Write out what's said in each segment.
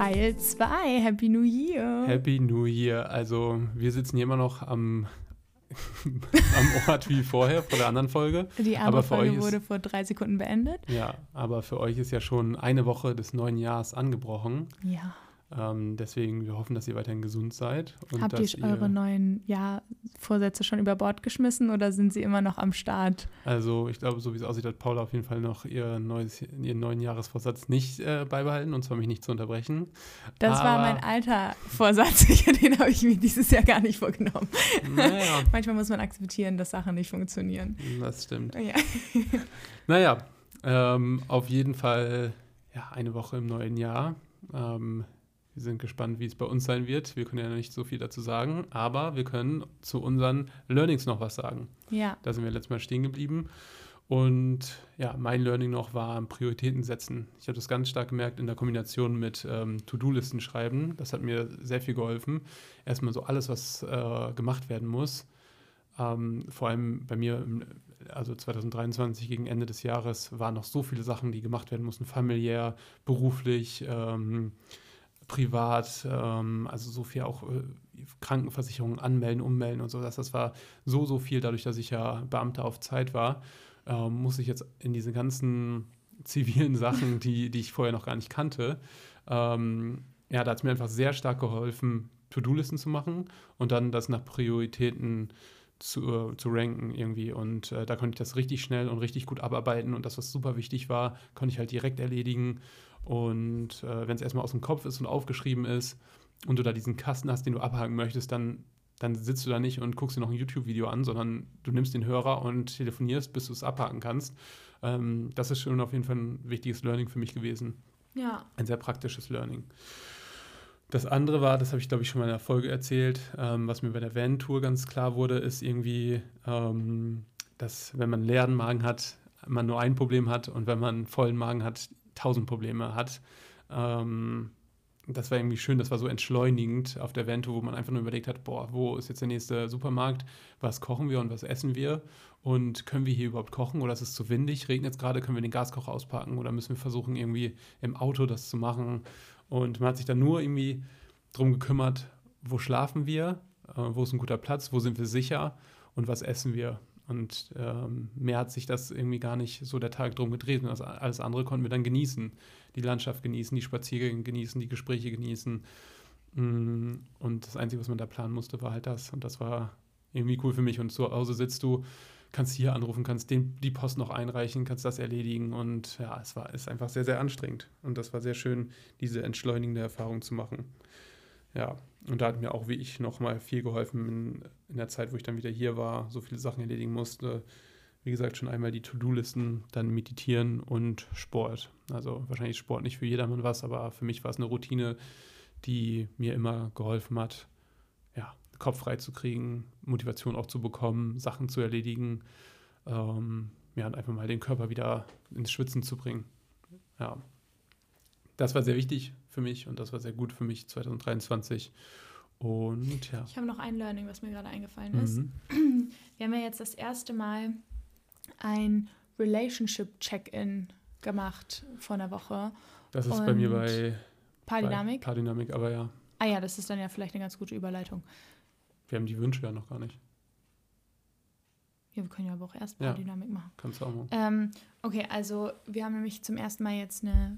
Teil 2. Happy New Year. Happy New Year. Also wir sitzen hier immer noch am Ort wie vorher, vor der anderen Folge. Die andere Folge wurde vor 3 Sekunden beendet. Ja, aber für euch ist ja schon eine Woche des neuen Jahres angebrochen. Ja. Deswegen, wir hoffen, dass ihr weiterhin gesund seid. Und Habt dass ihr eure neuen Vorsätze schon über Bord geschmissen oder sind sie immer noch am Start? Also ich glaube, so wie es aussieht, hat Paula auf jeden Fall noch ihren neuen Jahresvorsatz nicht beibehalten, und zwar mich nicht zu unterbrechen. Das war mein alter Vorsatz, den habe ich mir dieses Jahr gar nicht vorgenommen. Naja. Manchmal muss man akzeptieren, dass Sachen nicht funktionieren. Das stimmt. Ja. Naja, auf jeden Fall eine Woche im neuen Jahr. Wir sind gespannt, wie es bei uns sein wird. Wir können ja noch nicht so viel dazu sagen, aber wir können zu unseren Learnings noch was sagen. Ja. Da sind wir letztes Mal stehen geblieben. Und ja, mein Learning noch war Prioritäten setzen. Ich habe das ganz stark gemerkt in der Kombination mit To-Do-Listen schreiben. Das hat mir sehr viel geholfen. Erstmal so alles, was gemacht werden muss. Vor allem bei mir, also 2023 gegen Ende des Jahres, waren noch so viele Sachen, die gemacht werden mussten. Familiär, beruflich, privat, also so viel auch Krankenversicherungen anmelden, ummelden und so. Das war so viel, dadurch, dass ich ja Beamter auf Zeit war, muss ich jetzt in diese ganzen zivilen Sachen, die ich vorher noch gar nicht kannte, da hat es mir einfach sehr stark geholfen, To-Do-Listen zu machen und dann das nach Prioritäten zu ranken irgendwie. Und da konnte ich das richtig schnell und richtig gut abarbeiten, und das, was super wichtig war, konnte ich halt direkt erledigen. Und wenn es erstmal aus dem Kopf ist und aufgeschrieben ist und du da diesen Kasten hast, den du abhaken möchtest, dann sitzt du da nicht und guckst dir noch ein YouTube-Video an, sondern du nimmst den Hörer und telefonierst, bis du es abhaken kannst. Das ist schon auf jeden Fall ein wichtiges Learning für mich gewesen. Ja. Ein sehr praktisches Learning. Das andere war, das habe ich, glaube ich, schon mal in der Folge erzählt, was mir bei der Van-Tour ganz klar wurde, ist irgendwie, dass wenn man einen leeren Magen hat, man nur ein Problem hat, und wenn man einen vollen Magen hat, 1000 Probleme hat. Das war irgendwie schön, das war so entschleunigend auf der Van-Tour, wo man einfach nur überlegt hat, wo ist jetzt der nächste Supermarkt, was kochen wir und was essen wir, und können wir hier überhaupt kochen, oder ist es zu windig, regnet es gerade, können wir den Gaskocher auspacken, oder müssen wir versuchen, irgendwie im Auto das zu machen. Und man hat sich dann nur irgendwie drum gekümmert, wo schlafen wir, wo ist ein guter Platz, wo sind wir sicher und was essen wir. Und mehr hat sich das irgendwie gar nicht so der Tag drum gedreht. Und alles andere konnten wir dann genießen. Die Landschaft genießen, die Spaziergänge genießen, die Gespräche genießen. Und das Einzige, was man da planen musste, war halt das. Und das war irgendwie cool für mich. Und zu Hause sitzt du, kannst hier anrufen, kannst die Post noch einreichen, kannst das erledigen. Und ja, ist einfach sehr, sehr anstrengend. Und das war sehr schön, diese entschleunigende Erfahrung zu machen. Ja, und da hat mir auch, wie ich, nochmal viel geholfen in der Zeit, wo ich dann wieder hier war, so viele Sachen erledigen musste. Wie gesagt, schon einmal die To-Do-Listen, dann Meditieren und Sport. Also wahrscheinlich Sport nicht für jedermann was, aber für mich war es eine Routine, die mir immer geholfen hat, Kopf frei zu kriegen, Motivation auch zu bekommen, Sachen zu erledigen, und einfach mal den Körper wieder ins Schwitzen zu bringen. Ja. Das war sehr wichtig für mich und das war sehr gut für mich 2023. Und ja. Ich habe noch ein Learning, was mir gerade eingefallen ist. Wir haben ja jetzt das erste Mal ein Relationship-Check-In gemacht vor einer Woche. Das ist bei mir bei Paardynamik. Paardynamik, aber ja. Ah ja, das ist dann ja vielleicht eine ganz gute Überleitung. Wir haben die Wünsche ja noch gar nicht. Ja, wir können ja aber auch erst Paardynamik machen. Kannst du auch machen. Okay, also wir haben nämlich zum ersten Mal jetzt ein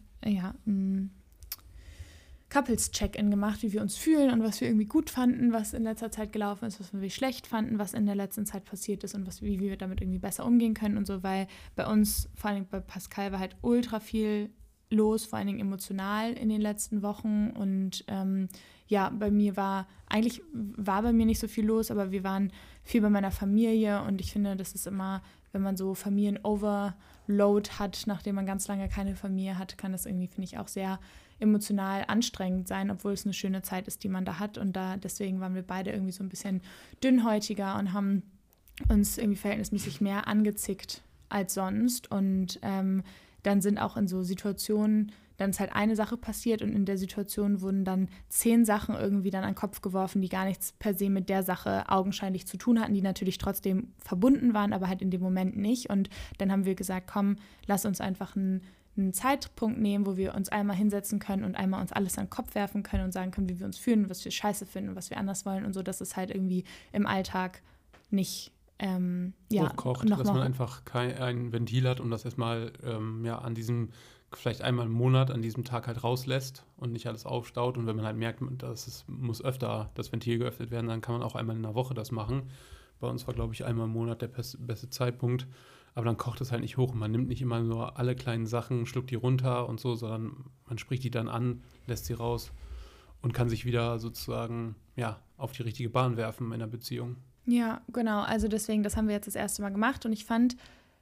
Couples-Check-In gemacht, wie wir uns fühlen und was wir irgendwie gut fanden, was in letzter Zeit gelaufen ist, was wir schlecht fanden, was in der letzten Zeit passiert ist und wie wir damit irgendwie besser umgehen können und so, weil bei uns, vor allem bei Pascal, war halt ultra viel los, vor allen Dingen emotional in den letzten Wochen, und bei mir war bei mir nicht so viel los, aber wir waren viel bei meiner Familie, und ich finde, das ist immer, wenn man so Familien-Overload hat, nachdem man ganz lange keine Familie hat, kann das irgendwie, finde ich, auch sehr emotional anstrengend sein, obwohl es eine schöne Zeit ist, die man da hat, und deswegen waren wir beide irgendwie so ein bisschen dünnhäutiger und haben uns irgendwie verhältnismäßig mehr angezickt als sonst, und dann sind auch in so Situationen, dann ist halt eine Sache passiert und in der Situation wurden dann 10 Sachen irgendwie dann an den Kopf geworfen, die gar nichts per se mit der Sache augenscheinlich zu tun hatten, die natürlich trotzdem verbunden waren, aber halt in dem Moment nicht. Und dann haben wir gesagt, komm, lass uns einfach einen einen Zeitpunkt nehmen, wo wir uns einmal hinsetzen können und einmal uns alles an den Kopf werfen können und sagen können, wie wir uns fühlen, was wir scheiße finden und was wir anders wollen und so, dass es halt irgendwie im Alltag nicht hochkocht, dass man einfach ein Ventil hat und das erstmal an diesem, vielleicht einmal im Monat an diesem Tag halt rauslässt und nicht alles aufstaut. Und wenn man halt merkt, muss öfter das Ventil geöffnet werden, dann kann man auch einmal in einer Woche das machen. Bei uns war, glaube ich, einmal im Monat der beste Zeitpunkt. Aber dann kocht es halt nicht hoch und man nimmt nicht immer nur alle kleinen Sachen, schluckt die runter und so, sondern man spricht die dann an, lässt sie raus und kann sich wieder sozusagen auf die richtige Bahn werfen in der Beziehung. Ja, genau. Also deswegen, das haben wir jetzt das erste Mal gemacht und ich fand,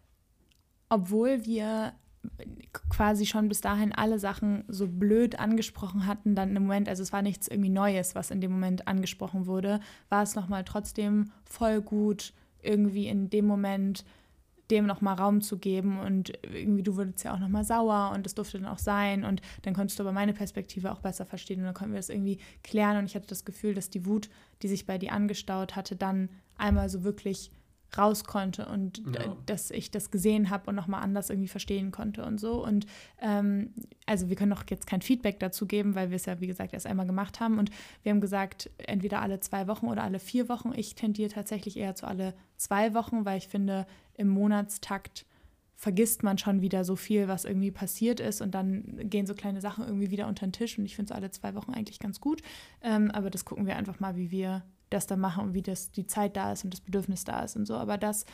obwohl wir quasi schon bis dahin alle Sachen so blöd angesprochen hatten, dann im Moment, also es war nichts irgendwie Neues, was in dem Moment angesprochen wurde, war es nochmal trotzdem voll gut, irgendwie in dem Moment dem nochmal Raum zu geben und irgendwie, du wurdest ja auch nochmal sauer und das durfte dann auch sein und dann konntest du aber meine Perspektive auch besser verstehen und dann konnten wir das irgendwie klären und ich hatte das Gefühl, dass die Wut, die sich bei dir angestaut hatte, dann einmal so wirklich raus konnte und dass ich das gesehen habe und nochmal anders irgendwie verstehen konnte und so und also wir können auch jetzt kein Feedback dazu geben, weil wir es ja wie gesagt erst einmal gemacht haben und wir haben gesagt, entweder alle 2 Wochen oder alle 4 Wochen. Ich tendiere tatsächlich eher zu alle 2 Wochen, weil ich finde, im Monatstakt vergisst man schon wieder so viel, was irgendwie passiert ist und dann gehen so kleine Sachen irgendwie wieder unter den Tisch und ich finde es alle 2 Wochen eigentlich ganz gut, aber das gucken wir einfach mal, wie wir das dann machen und wie die Zeit da ist und das Bedürfnis da ist und so. Aber das,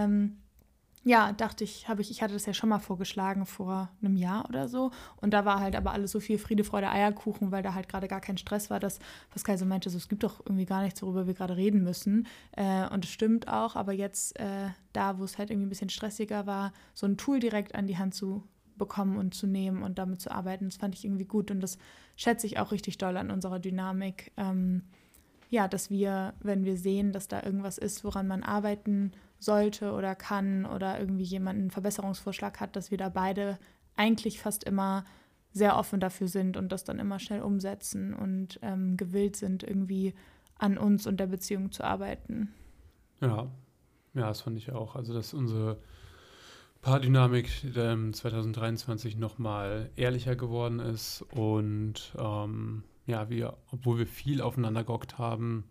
dachte ich, ich hatte das ja schon mal vorgeschlagen vor einem Jahr oder so. Und da war halt aber alles so viel Friede, Freude, Eierkuchen, weil da halt gerade gar kein Stress war, dass Pascal so meinte, so, es gibt doch irgendwie gar nichts, worüber wir gerade reden müssen. Und es stimmt auch, aber jetzt da, wo es halt irgendwie ein bisschen stressiger war, so ein Tool direkt an die Hand zu bekommen und zu nehmen und damit zu arbeiten, das fand ich irgendwie gut. Und das schätze ich auch richtig doll an unserer Dynamik. Dass wir, wenn wir sehen, dass da irgendwas ist, woran man arbeiten sollte oder kann oder irgendwie jemand einen Verbesserungsvorschlag hat, dass wir da beide eigentlich fast immer sehr offen dafür sind und das dann immer schnell umsetzen und gewillt sind, irgendwie an uns und der Beziehung zu arbeiten. Ja, das fand ich auch. Also, dass unsere Paardynamik 2023 nochmal ehrlicher geworden ist und wir, obwohl wir viel aufeinander gehockt haben,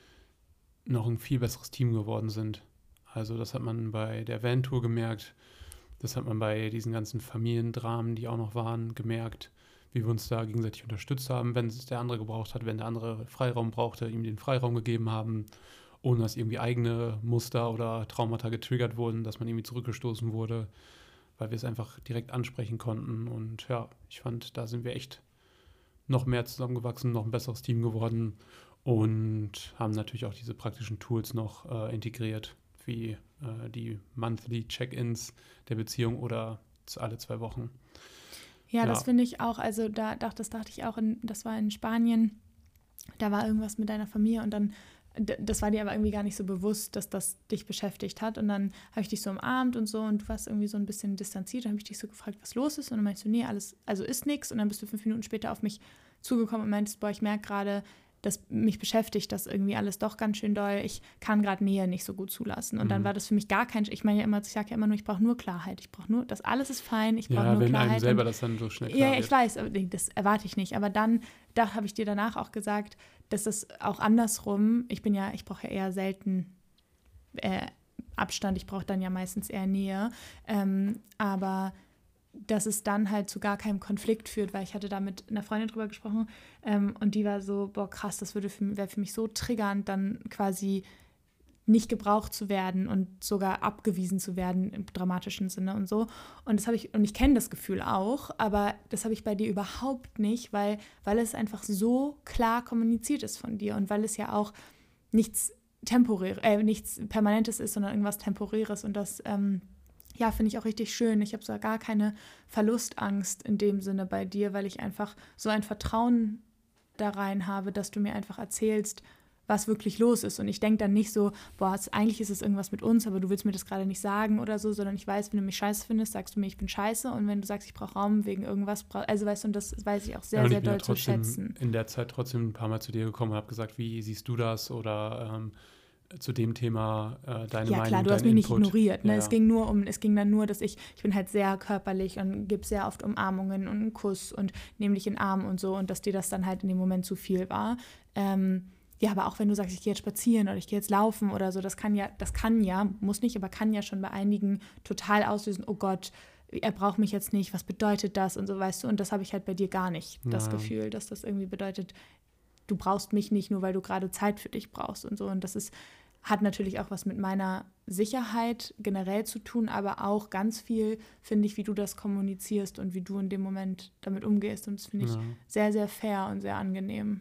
noch ein viel besseres Team geworden sind. Also das hat man bei der Van-Tour gemerkt, das hat man bei diesen ganzen Familiendramen, die auch noch waren, gemerkt, wie wir uns da gegenseitig unterstützt haben, wenn es der andere gebraucht hat, wenn der andere Freiraum brauchte, ihm den Freiraum gegeben haben, ohne dass irgendwie eigene Muster oder Traumata getriggert wurden, dass man irgendwie zurückgestoßen wurde, weil wir es einfach direkt ansprechen konnten. Und ja, ich fand, da sind wir echt noch mehr zusammengewachsen, noch ein besseres Team geworden und haben natürlich auch diese praktischen Tools noch integriert, wie die Monthly Check-ins der Beziehung oder alle 2 Wochen. Ja, das finde ich auch, also das dachte ich auch, das war in Spanien, da war irgendwas mit deiner Familie und dann, das war dir aber irgendwie gar nicht so bewusst, dass das dich beschäftigt hat und dann habe ich dich so umarmt und so und du warst irgendwie so ein bisschen distanziert, dann habe ich dich so gefragt, was los ist und dann meinst du, nee, alles, also ist nichts und dann bist du 5 Minuten später auf mich zugekommen und meintest, boah, ich merke gerade, dass mich beschäftigt das irgendwie alles doch ganz schön doll, ich kann gerade Nähe nicht so gut zulassen und dann war das für mich gar kein, ich meine ja immer, ich sage ja immer nur, ich brauche nur Klarheit, ich brauche nur, das alles ist fein, ich brauche nur Klarheit. Ja, wenn einem selber das dann so schnell klar wird. Ja, ich weiß, aber das erwarte ich nicht, aber dann habe ich dir danach auch gesagt, dass es auch andersrum, ich brauche ja eher selten Abstand, ich brauche dann ja meistens eher Nähe, aber dass es dann halt zu gar keinem Konflikt führt, weil ich hatte da mit einer Freundin drüber gesprochen und die war so, boah krass, das wäre für mich so triggernd, dann quasi nicht gebraucht zu werden und sogar abgewiesen zu werden im dramatischen Sinne und so. Und ich kenne das Gefühl auch, aber das habe ich bei dir überhaupt nicht, weil es einfach so klar kommuniziert ist von dir und weil es ja auch nichts Permanentes ist, sondern irgendwas Temporäres und das finde ich auch richtig schön. Ich habe so gar keine Verlustangst in dem Sinne bei dir, weil ich einfach so ein Vertrauen da rein habe, dass du mir einfach erzählst, was wirklich los ist. Und ich denke dann nicht so, boah, eigentlich ist es irgendwas mit uns, aber du willst mir das gerade nicht sagen oder so, sondern ich weiß, wenn du mich scheiße findest, sagst du mir, ich bin scheiße. Und wenn du sagst, ich brauche Raum wegen irgendwas, also weißt du, und das weiß ich auch sehr, sehr doll zu schätzen. In der Zeit trotzdem ein paar Mal zu dir gekommen und habe gesagt, wie siehst du das? Oder zu dem Thema deine Ja, Meinung, klar, du dein hast mich nicht Input. ignoriert. Ne? Ja, Es ging dann nur, dass ich bin halt sehr körperlich und gebe sehr oft Umarmungen und einen Kuss und nehme dich in den Arm und so und dass dir das dann halt in dem Moment zu viel war. Ja, aber auch wenn du sagst, ich gehe jetzt spazieren oder ich gehe jetzt laufen oder so, das kann ja, muss nicht, aber kann ja schon bei einigen total auslösen, oh Gott, er braucht mich jetzt nicht, was bedeutet das und so, weißt du, und das habe ich halt bei dir gar nicht, das Ja. Gefühl, dass das irgendwie bedeutet, du brauchst mich nicht nur, weil du gerade Zeit für dich brauchst und so, und hat natürlich auch was mit meiner Sicherheit generell zu tun, aber auch ganz viel, finde ich, wie du das kommunizierst und wie du in dem Moment damit umgehst, und das finde ich Ja. sehr, sehr fair und sehr angenehm.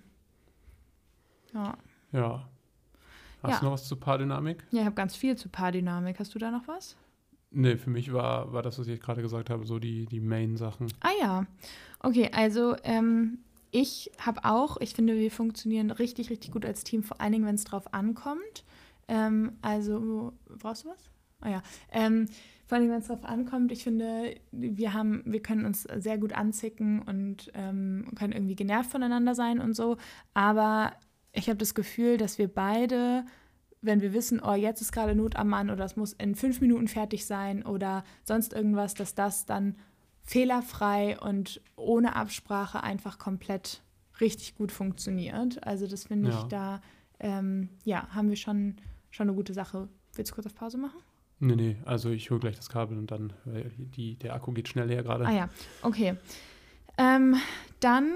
Ja. Ja. Hast Ja. du noch was zur Paardynamik? Ja, ich habe ganz viel zu Paardynamik. Hast du da noch was? Nee, für mich war das, was ich gerade gesagt habe, so die Main-Sachen. Ah ja. Okay, also ich finde, wir funktionieren richtig, richtig gut als Team, vor allen Dingen, wenn es drauf ankommt. Also, brauchst du was? Ah ja. Vor allem, wenn es darauf ankommt, ich finde, wir können uns sehr gut anzicken und können irgendwie genervt voneinander sein und so. Aber ich habe das Gefühl, dass wir beide, wenn wir wissen, oh, jetzt ist gerade Not am Mann oder es muss in 5 Minuten fertig sein oder sonst irgendwas, dass das dann fehlerfrei und ohne Absprache einfach komplett richtig gut funktioniert. Also das finde ich da, haben wir schon eine gute Sache. Willst du kurz auf Pause machen? Nee, also ich hole gleich das Kabel und dann, weil der Akku geht schnell leer gerade. Ah ja, okay. Dann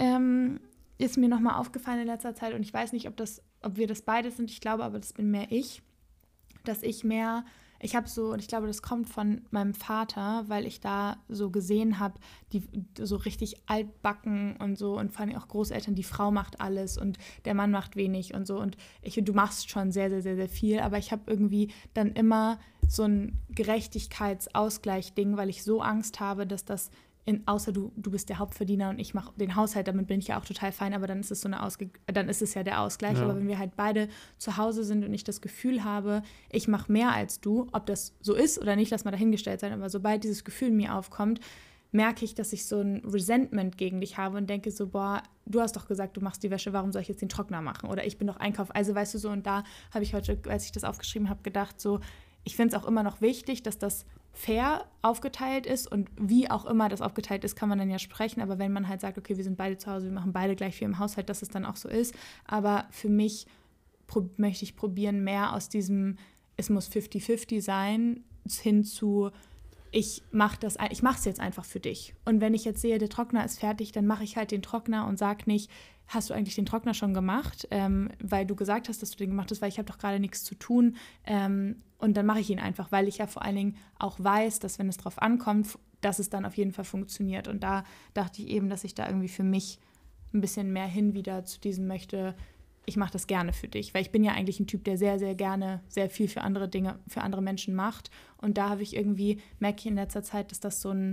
ist mir nochmal aufgefallen in letzter Zeit, und ich weiß nicht, ob wir das beide sind, ich glaube aber, das bin mehr ich, dass ich habe so, und ich glaube, das kommt von meinem Vater, weil ich da so gesehen habe, die so richtig altbacken und so, und vor allem auch Großeltern, die Frau macht alles und der Mann macht wenig und so, und du machst schon sehr, sehr, sehr, sehr viel, aber ich habe irgendwie dann immer so ein Gerechtigkeitsausgleich-Ding, weil ich so Angst habe, dass das außer du bist der Hauptverdiener und ich mache den Haushalt, damit bin ich ja auch total fein, aber dann ist es dann ist es ja der Ausgleich. Ja. Aber wenn wir halt beide zu Hause sind und ich das Gefühl habe, ich mache mehr als du, ob das so ist oder nicht, lass mal dahingestellt sein, aber sobald dieses Gefühl in mir aufkommt, merke ich, dass ich so ein Resentment gegen dich habe und denke so, boah, du hast doch gesagt, du machst die Wäsche, warum soll ich jetzt den Trockner machen? Oder ich bin doch Einkauf. Also weißt du so, und da habe ich heute, als ich das aufgeschrieben habe, gedacht so, ich finde es auch immer noch wichtig, dass das fair aufgeteilt ist, und wie auch immer das aufgeteilt ist, kann man dann ja sprechen, aber wenn man halt sagt, okay, wir sind beide zu Hause, wir machen beide gleich viel im Haushalt, dass es dann auch so ist, aber für mich möchte ich probieren, mehr aus diesem, es muss 50-50 sein, hin zu, ich mache es jetzt einfach für dich, und wenn ich jetzt sehe, der Trockner ist fertig, dann mache ich halt den Trockner und sage nicht, hast du eigentlich den Trockner schon gemacht, weil du gesagt hast, dass du den gemacht hast, weil ich habe doch gerade nichts zu tun, und dann mache ich ihn einfach, weil ich ja vor allen Dingen auch weiß, dass wenn es drauf ankommt, dass es dann auf jeden Fall funktioniert, und da dachte ich eben, dass ich da irgendwie für mich ein bisschen mehr hin wieder zu diesem möchte, ich mache das gerne für dich, weil ich bin ja eigentlich ein Typ, der sehr, sehr gerne sehr viel für andere Dinge, für andere Menschen macht, und da habe ich irgendwie, merke ich in letzter Zeit, dass das so ein,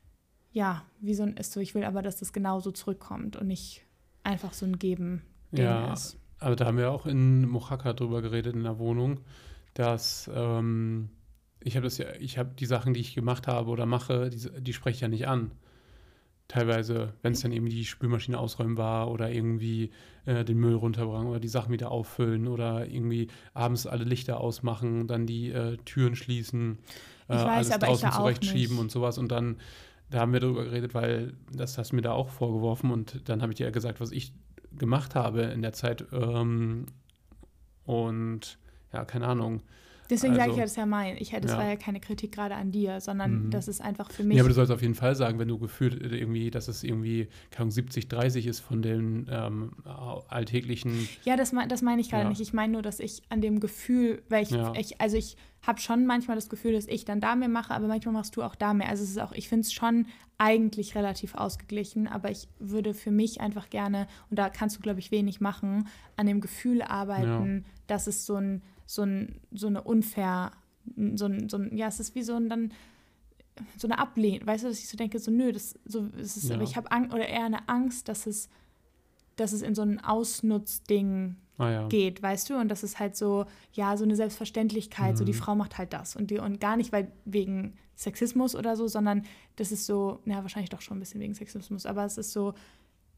ja, wie so ein ist, so ich will aber, dass das genauso zurückkommt und nicht einfach so ein Geben-Ding ist. Aber da haben wir auch in Mochaka drüber geredet in der Wohnung, dass ich habe die Sachen, die ich gemacht habe oder mache, die spreche ich ja nicht an. Teilweise, wenn es dann eben die Spülmaschine ausräumen war oder irgendwie den Müll runterbringen oder die Sachen wieder auffüllen oder irgendwie abends alle Lichter ausmachen, dann die Türen schließen, alles draußen zurechtschieben und sowas. Und dann, da haben wir darüber geredet, weil das hast du mir da auch vorgeworfen, und dann habe ich dir gesagt, was ich gemacht habe in der Zeit, und ja, keine Ahnung. Deswegen sage ich ja, das ist ja mein. Das war ja keine Kritik gerade an dir, sondern das ist einfach für mich. Ja, aber du sollst auf jeden Fall sagen, wenn du gefühlt irgendwie, dass es irgendwie 70-30 ist von den alltäglichen. Ja, das meine ich gerade nicht. Ich meine nur, dass ich an dem Gefühl, weil ich habe schon manchmal das Gefühl, dass ich dann da mehr mache, aber manchmal machst du auch da mehr. Also es ist auch, ich finde es schon eigentlich relativ ausgeglichen, aber ich würde für mich einfach gerne, und da kannst du, glaube ich, wenig machen, an dem Gefühl arbeiten, dass es so eine unfair, es ist wie so eine Ablehnung, weißt du, dass ich so denke, so nö, aber ich habe eher eine Angst, dass es in so ein Ausnutzding geht, weißt du, und das ist halt so, so eine Selbstverständlichkeit, so die Frau macht halt das und gar nicht, weil wegen Sexismus oder so, sondern das ist so, wahrscheinlich doch schon ein bisschen wegen Sexismus, aber es ist so,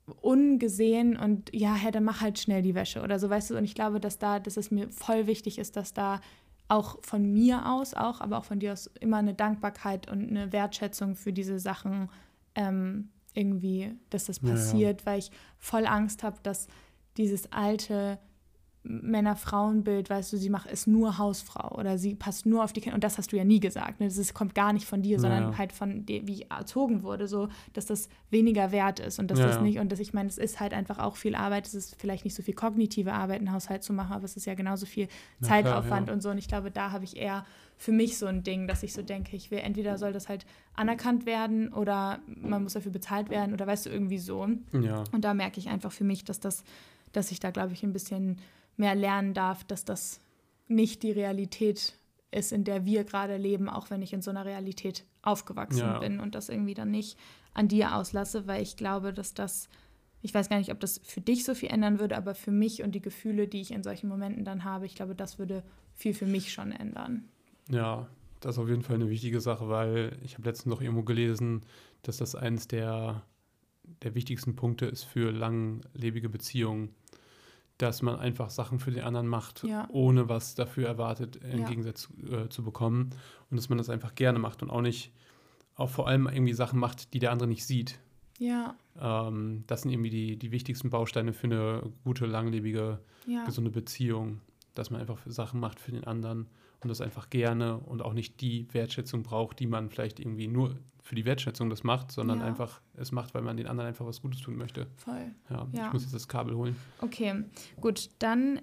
ungesehen und ja, hey, dann mach halt schnell die Wäsche oder so, weißt du. Und ich glaube, dass es mir voll wichtig ist, dass da auch von mir aus auch, aber auch von dir aus immer eine Dankbarkeit und eine Wertschätzung für diese Sachen irgendwie, dass das passiert, weil ich voll Angst habe, dass dieses alte Männer-Frauen-Bild, weißt du, ist nur Hausfrau oder sie passt nur auf die Kinder. Und das hast du ja nie gesagt. Ne? Kommt gar nicht von dir, sondern halt von dir, wie ich erzogen wurde, so, dass das weniger wert ist und dass das nicht, und dass ich meine, es ist halt einfach auch viel Arbeit. Es ist vielleicht nicht so viel kognitive Arbeit, einen Haushalt zu machen, aber es ist ja genauso viel Zeitaufwand und so. Und ich glaube, da habe ich eher für mich so ein Ding, dass ich so denke, entweder soll das halt anerkannt werden oder man muss dafür bezahlt werden oder weißt du, irgendwie so. Ja. Und da merke ich einfach für mich, dass ich da, glaube ich, ein bisschen mehr lernen darf, dass das nicht die Realität ist, in der wir gerade leben, auch wenn ich in so einer Realität aufgewachsen bin und das irgendwie dann nicht an dir auslasse, weil ich glaube, dass ich weiß gar nicht, ob das für dich so viel ändern würde, aber für mich und die Gefühle, die ich in solchen Momenten dann habe, ich glaube, das würde viel für mich schon ändern. Ja, das ist auf jeden Fall eine wichtige Sache, weil ich habe letztens noch irgendwo gelesen, dass das eines der wichtigsten Punkte ist für langlebige Beziehungen, dass man einfach Sachen für den anderen macht, ohne was dafür erwartet, im Gegensatz zu bekommen. Und dass man das einfach gerne macht und auch vor allem irgendwie Sachen macht, die der andere nicht sieht. Ja. Das sind irgendwie die wichtigsten Bausteine für eine gute, langlebige, gesunde Beziehung. Dass man einfach Sachen macht für den anderen und das einfach gerne und auch nicht die Wertschätzung braucht, die man vielleicht irgendwie nur für die Wertschätzung das macht, sondern einfach es macht, weil man den anderen einfach was Gutes tun möchte. Voll. Ja. Ich muss jetzt das Kabel holen. Okay, gut. Dann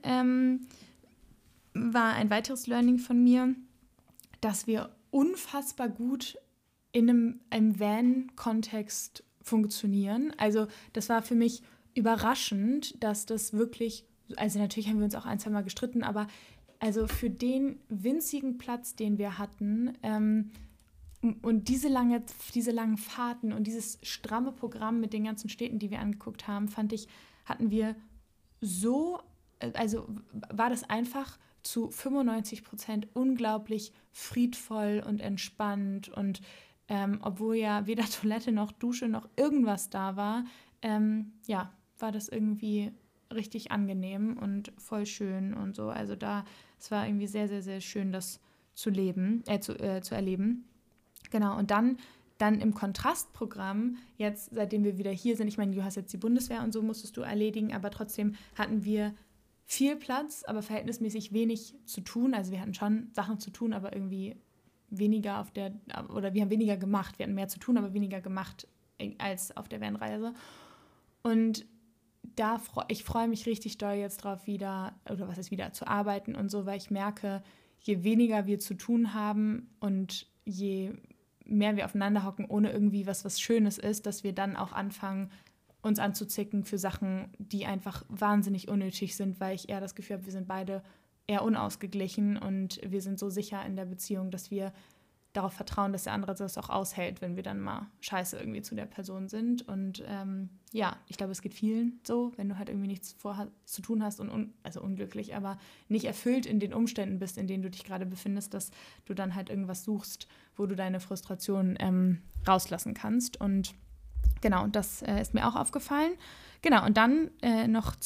war ein weiteres Learning von mir, dass wir unfassbar gut in einem Van-Kontext funktionieren. Also das war für mich überraschend, dass das wirklich, also natürlich haben wir uns auch ein, zwei Mal gestritten, aber also für den winzigen Platz, den wir hatten, und diese langen Fahrten und dieses stramme Programm mit den ganzen Städten, die wir angeguckt haben, hatten wir so, also war das einfach zu 95% unglaublich friedvoll und entspannt und obwohl ja weder Toilette noch Dusche noch irgendwas da war, war das irgendwie richtig angenehm und voll schön und so. Also es war irgendwie sehr, sehr, sehr schön, das zu erleben. Genau, und dann im Kontrastprogramm, jetzt seitdem wir wieder hier sind, ich meine, du hast jetzt die Bundeswehr und so musstest du erledigen, aber trotzdem hatten wir viel Platz, aber verhältnismäßig wenig zu tun. Also wir hatten schon Sachen zu tun, aber irgendwie weniger wir haben weniger gemacht. Wir hatten mehr zu tun, aber weniger gemacht als auf der Vanreise. Und ich freue mich richtig doll jetzt drauf wieder zu arbeiten und so, weil ich merke, je weniger wir zu tun haben und je mehr wir aufeinander hocken, ohne irgendwie was Schönes ist, dass wir dann auch anfangen, uns anzuzicken für Sachen, die einfach wahnsinnig unnötig sind, weil ich eher das Gefühl habe, wir sind beide eher unausgeglichen und wir sind so sicher in der Beziehung, dass wir darauf vertrauen, dass der andere das auch aushält, wenn wir dann mal scheiße irgendwie zu der Person sind. Und ich glaube, es geht vielen so, wenn du halt irgendwie nichts zu tun hast und also unglücklich, aber nicht erfüllt in den Umständen bist, in denen du dich gerade befindest, dass du dann halt irgendwas suchst, wo du deine Frustration rauslassen kannst. Und genau, das ist mir auch aufgefallen. Genau, und dann noch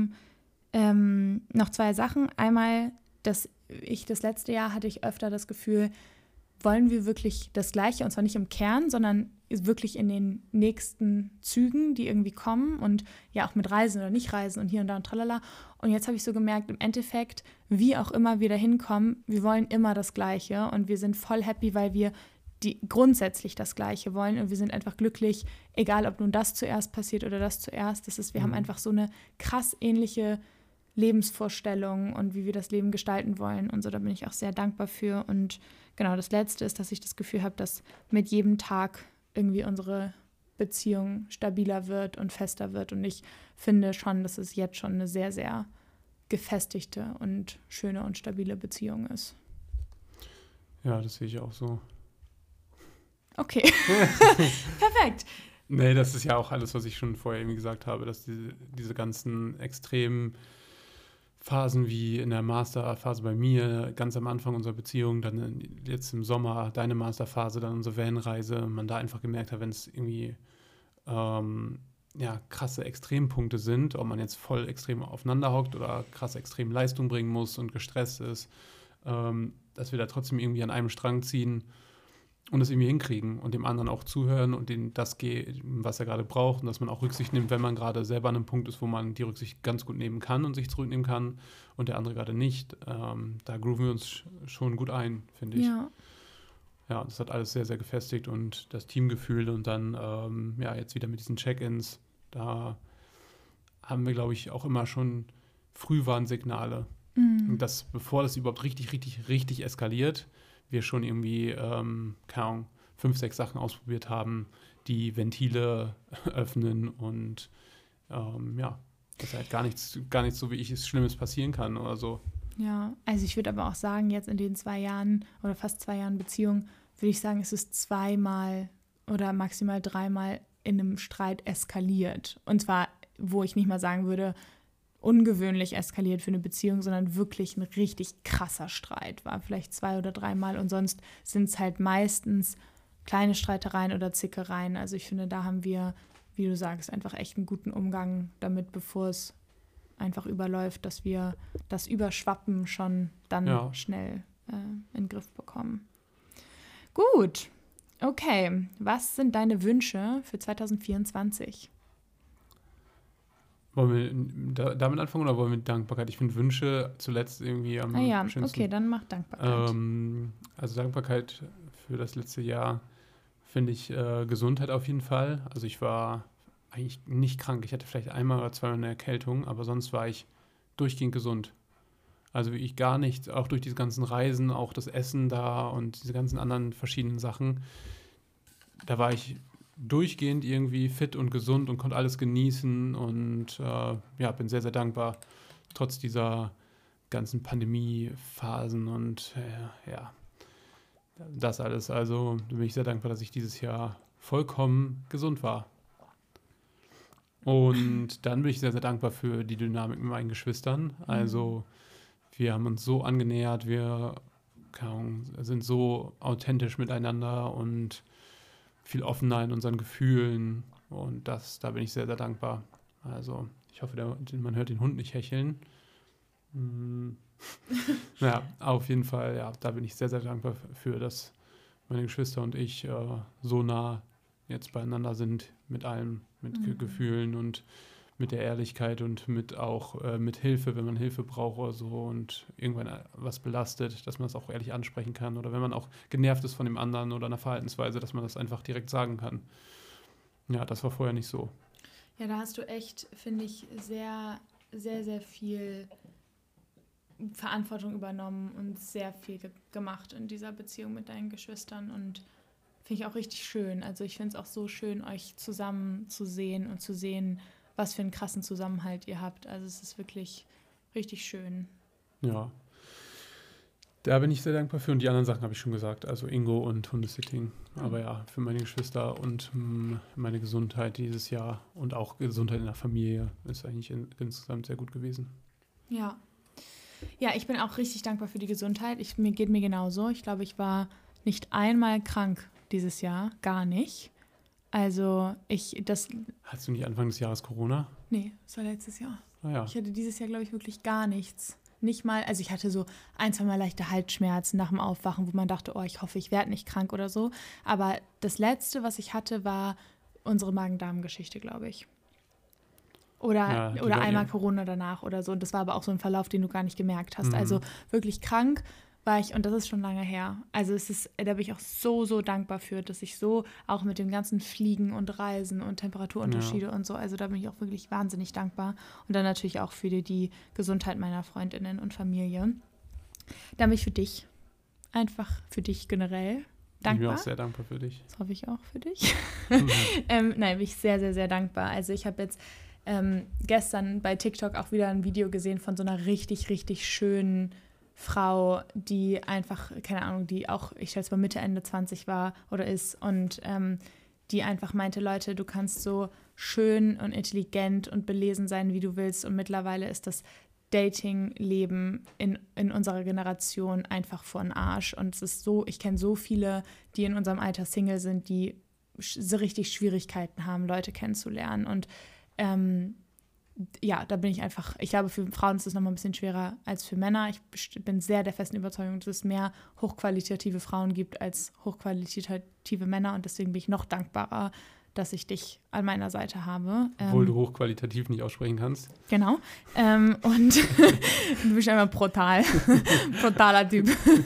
noch zwei Sachen. Einmal, das letzte Jahr hatte ich öfter das Gefühl, wollen wir wirklich das Gleiche, und zwar nicht im Kern, sondern wirklich in den nächsten Zügen, die irgendwie kommen und ja auch mit Reisen oder nicht Reisen und hier und da und tralala. Und jetzt habe ich so gemerkt, im Endeffekt, wie auch immer wir da hinkommen, wir wollen immer das Gleiche und wir sind voll happy, weil wir grundsätzlich das Gleiche wollen und wir sind einfach glücklich, egal ob nun das zuerst passiert oder das zuerst. Wir haben einfach so eine krass ähnliche Lebensvorstellung und wie wir das Leben gestalten wollen und so, da bin ich auch sehr dankbar für. Und genau, das Letzte ist, dass ich das Gefühl habe, dass mit jedem Tag irgendwie unsere Beziehung stabiler wird und fester wird und ich finde schon, dass es jetzt schon eine sehr, sehr gefestigte und schöne und stabile Beziehung ist. Ja, das sehe ich auch so. Okay, perfekt. Nee, das ist ja auch alles, was ich schon vorher irgendwie gesagt habe, dass diese ganzen extremen Phasen wie in der Masterphase bei mir, ganz am Anfang unserer Beziehung, dann jetzt im Sommer deine Masterphase, dann unsere Vanreise, man da einfach gemerkt hat, wenn es irgendwie krasse Extrempunkte sind, ob man jetzt voll extrem aufeinander hockt oder krass extrem Leistung bringen muss und gestresst ist, dass wir da trotzdem irgendwie an einem Strang ziehen und es irgendwie hinkriegen und dem anderen auch zuhören und das geben, was er gerade braucht und dass man auch Rücksicht nimmt, wenn man gerade selber an einem Punkt ist, wo man die Rücksicht ganz gut nehmen kann und sich zurücknehmen kann und der andere gerade nicht. Da grooven wir uns schon gut ein, finde ich. Ja. Ja, das hat alles sehr, sehr gefestigt und das Teamgefühl und dann, jetzt wieder mit diesen Check-ins, da haben wir, glaube ich, auch immer schon Frühwarnsignale, dass bevor das überhaupt richtig, richtig, richtig eskaliert, wir schon irgendwie, keine Ahnung, 5, 6 Sachen ausprobiert haben, die Ventile öffnen und dass halt gar nichts so wie ich es Schlimmes passieren kann oder so. Ja, also ich würde aber auch sagen, jetzt in den 2 Jahren oder fast 2 Jahren Beziehung, würde ich sagen, es ist 2-mal oder maximal 3-mal in einem Streit eskaliert. Und zwar, wo ich nicht mal sagen würde, ungewöhnlich eskaliert für eine Beziehung, sondern wirklich ein richtig krasser Streit. War vielleicht 2 oder 3-mal und sonst sind es halt meistens kleine Streitereien oder Zickereien. Also ich finde, da haben wir, wie du sagst, einfach echt einen guten Umgang damit, bevor es einfach überläuft, dass wir das Überschwappen schon dann schnell in den Griff bekommen. Gut, okay. Was sind deine Wünsche für 2024? Wollen wir damit anfangen oder wollen wir mit Dankbarkeit? Ich finde Wünsche zuletzt irgendwie am schönsten. Okay, dann mach Dankbarkeit. Also Dankbarkeit für das letzte Jahr finde ich Gesundheit auf jeden Fall. Also ich war eigentlich nicht krank. Ich hatte vielleicht 1 oder 2 Mal eine Erkältung, aber sonst war ich durchgehend gesund. Also ich gar nicht, auch durch diese ganzen Reisen, auch das Essen da und diese ganzen anderen verschiedenen Sachen. Da war ich durchgehend irgendwie fit und gesund und konnte alles genießen und bin sehr, sehr dankbar, trotz dieser ganzen Pandemiephasen und das alles. Also da bin ich sehr dankbar, dass ich dieses Jahr vollkommen gesund war. Und dann bin ich sehr, sehr dankbar für die Dynamik mit meinen Geschwistern. Also wir haben uns so angenähert, wir sind so authentisch miteinander und viel offener in unseren Gefühlen und da bin ich sehr, sehr dankbar. Also ich hoffe, man hört den Hund nicht hecheln. Auf jeden Fall, da bin ich sehr, sehr dankbar für, dass meine Geschwister und ich so nah jetzt beieinander sind mit allem, mit Gefühlen und mit der Ehrlichkeit und mit Hilfe, wenn man Hilfe braucht oder so und irgendwann was belastet, dass man das auch ehrlich ansprechen kann oder wenn man auch genervt ist von dem anderen oder einer Verhaltensweise, dass man das einfach direkt sagen kann. Ja, das war vorher nicht so. Ja, da hast du echt, finde ich, sehr, sehr, sehr viel Verantwortung übernommen und sehr viel gemacht in dieser Beziehung mit deinen Geschwistern und finde ich auch richtig schön. Also ich finde es auch so schön, euch zusammen zu sehen und zu sehen, was für einen krassen Zusammenhalt ihr habt. Also es ist wirklich richtig schön. Ja, da bin ich sehr dankbar für. Und die anderen Sachen habe ich schon gesagt. Also Ingo und Hundesitting. Aber ja, für meine Geschwister und meine Gesundheit dieses Jahr und auch Gesundheit in der Familie ist eigentlich insgesamt sehr gut gewesen. Ja. Ja, ich bin auch richtig dankbar für die Gesundheit. Geht mir genauso. Ich glaube, ich war nicht einmal krank dieses Jahr. Gar nicht. Also Hattest du nicht Anfang des Jahres Corona? Nee, das war letztes Jahr. Ah, ja. Ich hatte dieses Jahr, glaube ich, wirklich gar nichts. Nicht mal, also ich hatte so 1-2 Mal leichte Halsschmerzen nach dem Aufwachen, wo man dachte, oh, ich hoffe, ich werde nicht krank oder so. Aber das Letzte, was ich hatte, war unsere Magen-Darm-Geschichte, glaube ich. Oder einmal Corona danach oder so. Und das war aber auch so ein Verlauf, den du gar nicht gemerkt hast. Also wirklich krank war ich, und das ist schon lange her. Also da bin ich auch so, so dankbar für, dass ich so auch mit dem ganzen Fliegen und Reisen und Temperaturunterschiede und so, also da bin ich auch wirklich wahnsinnig dankbar. Und dann natürlich auch für die Gesundheit meiner Freundinnen und Familie. Da bin ich für dich, einfach für dich generell dankbar. Ich bin auch sehr dankbar für dich. Das hoffe ich auch für dich. Nein, bin ich sehr, sehr, sehr dankbar. Also ich habe jetzt gestern bei TikTok auch wieder ein Video gesehen von so einer richtig, richtig schönen Frau, die einfach, keine Ahnung, die auch, ich schätze mal Mitte, Ende 20 war oder ist und die einfach meinte, Leute, du kannst so schön und intelligent und belesen sein, wie du willst und mittlerweile ist das Dating-Leben in unserer Generation einfach vor den Arsch und es ist so, ich kenne so viele, die in unserem Alter Single sind, die so richtig Schwierigkeiten haben, Leute kennenzulernen. Und da bin ich einfach, ich glaube, für Frauen ist es nochmal ein bisschen schwerer als für Männer. Ich bin sehr der festen Überzeugung, dass es mehr hochqualitative Frauen gibt als hochqualitative Männer. Und deswegen bin ich noch dankbarer, dass ich dich an meiner Seite habe. Obwohl du hochqualitativ nicht aussprechen kannst. Genau. Und du bist einfach brutal. Brutaler Typ.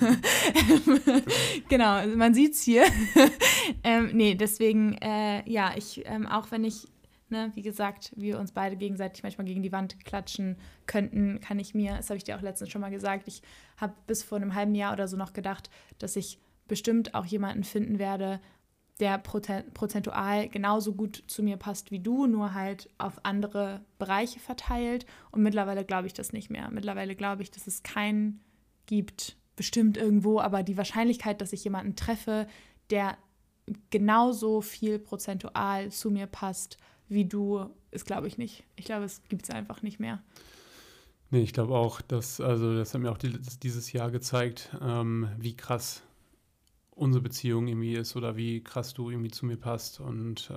Genau, also man sieht's hier. Deswegen, auch wenn ich, wie gesagt, wir uns beide gegenseitig manchmal gegen die Wand klatschen könnten, kann ich mir, das habe ich dir auch letztens schon mal gesagt, ich habe bis vor einem halben Jahr oder so noch gedacht, dass ich bestimmt auch jemanden finden werde, der prozentual genauso gut zu mir passt wie du, nur halt auf andere Bereiche verteilt. Und mittlerweile glaube ich das nicht mehr. Mittlerweile glaube ich, dass es keinen gibt, bestimmt irgendwo, aber die Wahrscheinlichkeit, dass ich jemanden treffe, der genauso viel prozentual zu mir passt wie du, ist, glaube ich, nicht. Ich glaube, es gibt es einfach nicht mehr. Nee, ich glaube auch, das hat mir auch dieses Jahr gezeigt, wie krass unsere Beziehung irgendwie ist oder wie krass du irgendwie zu mir passt und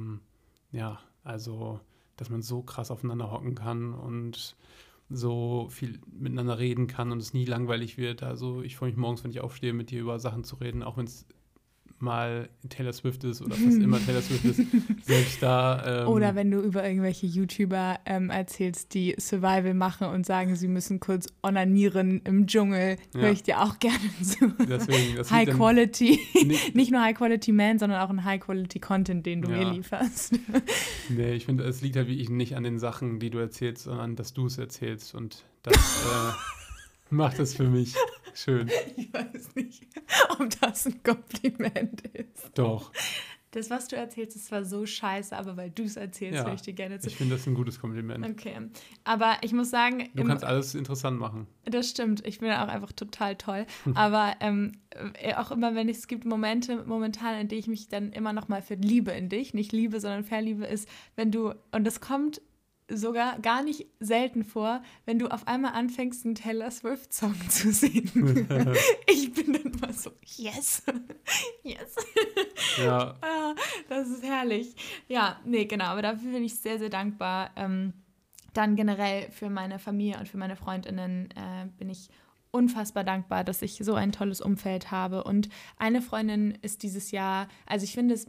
dass man so krass aufeinander hocken kann und so viel miteinander reden kann und es nie langweilig wird. Also ich freue mich morgens, wenn ich aufstehe, mit dir über Sachen zu reden, auch wenn es mal Taylor Swift ist oder fast immer Taylor Swift ist, selbst da. Oder wenn du über irgendwelche YouTuber erzählst, die Survival machen und sagen, sie müssen kurz onanieren im Dschungel, höre ich dir auch gerne zu. Deswegen, das High Quality, nicht nur High Quality Man, sondern auch ein High Quality Content, den du mir lieferst. Nee, ich finde, es liegt halt wirklich nicht an den Sachen, die du erzählst, sondern dass du es erzählst und das macht es für mich schön. Ich weiß nicht, ob das ein Kompliment ist. Doch. Das, was du erzählst, ist zwar so scheiße, aber weil du es erzählst, höre ich dir gerne zu. Ich finde das ein gutes Kompliment. Okay, aber ich muss sagen... Du kannst alles interessant machen. Das stimmt, ich bin auch einfach total toll. Aber auch immer, wenn es gibt Momente momentan, in denen ich mich dann immer noch mal verliebe in dich, nicht liebe, sondern verliebe, ist, wenn du, und das kommt sogar gar nicht selten vor, wenn du auf einmal anfängst, einen Taylor Swift-Song zu singen. Ich bin dann immer so, yes, yes. Ja. Das ist herrlich. Ja, nee, genau, aber dafür bin ich sehr, sehr dankbar. Dann generell für meine Familie und für meine Freundinnen bin ich unfassbar dankbar, dass ich so ein tolles Umfeld habe. Und eine Freundin ist dieses Jahr, also ich finde,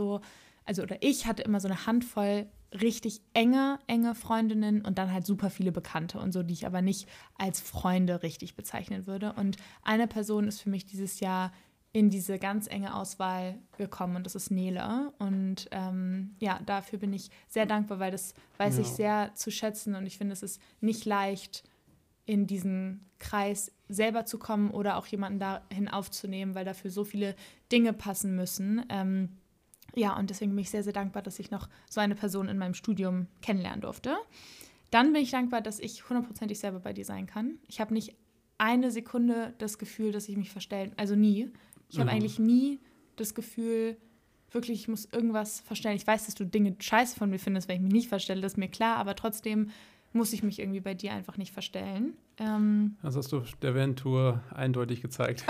ich hatte immer so eine Handvoll richtig enge Freundinnen und dann halt super viele Bekannte und so, die ich aber nicht als Freunde richtig bezeichnen würde. Und eine Person ist für mich dieses Jahr in diese ganz enge Auswahl gekommen und das ist Nele. Und dafür bin ich sehr dankbar, weil das weiß ich sehr zu schätzen und ich finde, es ist nicht leicht, in diesen Kreis selber zu kommen oder auch jemanden dahin aufzunehmen, weil dafür so viele Dinge passen müssen. Und deswegen bin ich sehr, sehr dankbar, dass ich noch so eine Person in meinem Studium kennenlernen durfte. Dann bin ich dankbar, dass ich 100% selber bei dir sein kann. Ich habe nicht eine Sekunde das Gefühl, dass ich mich verstellen, also nie. Ich habe eigentlich nie das Gefühl, wirklich, ich muss irgendwas verstellen. Ich weiß, dass du Dinge scheiße von mir findest, wenn ich mich nicht verstelle, das ist mir klar, aber trotzdem muss ich mich irgendwie bei dir einfach nicht verstellen. Das hast du der Van-Tour eindeutig gezeigt.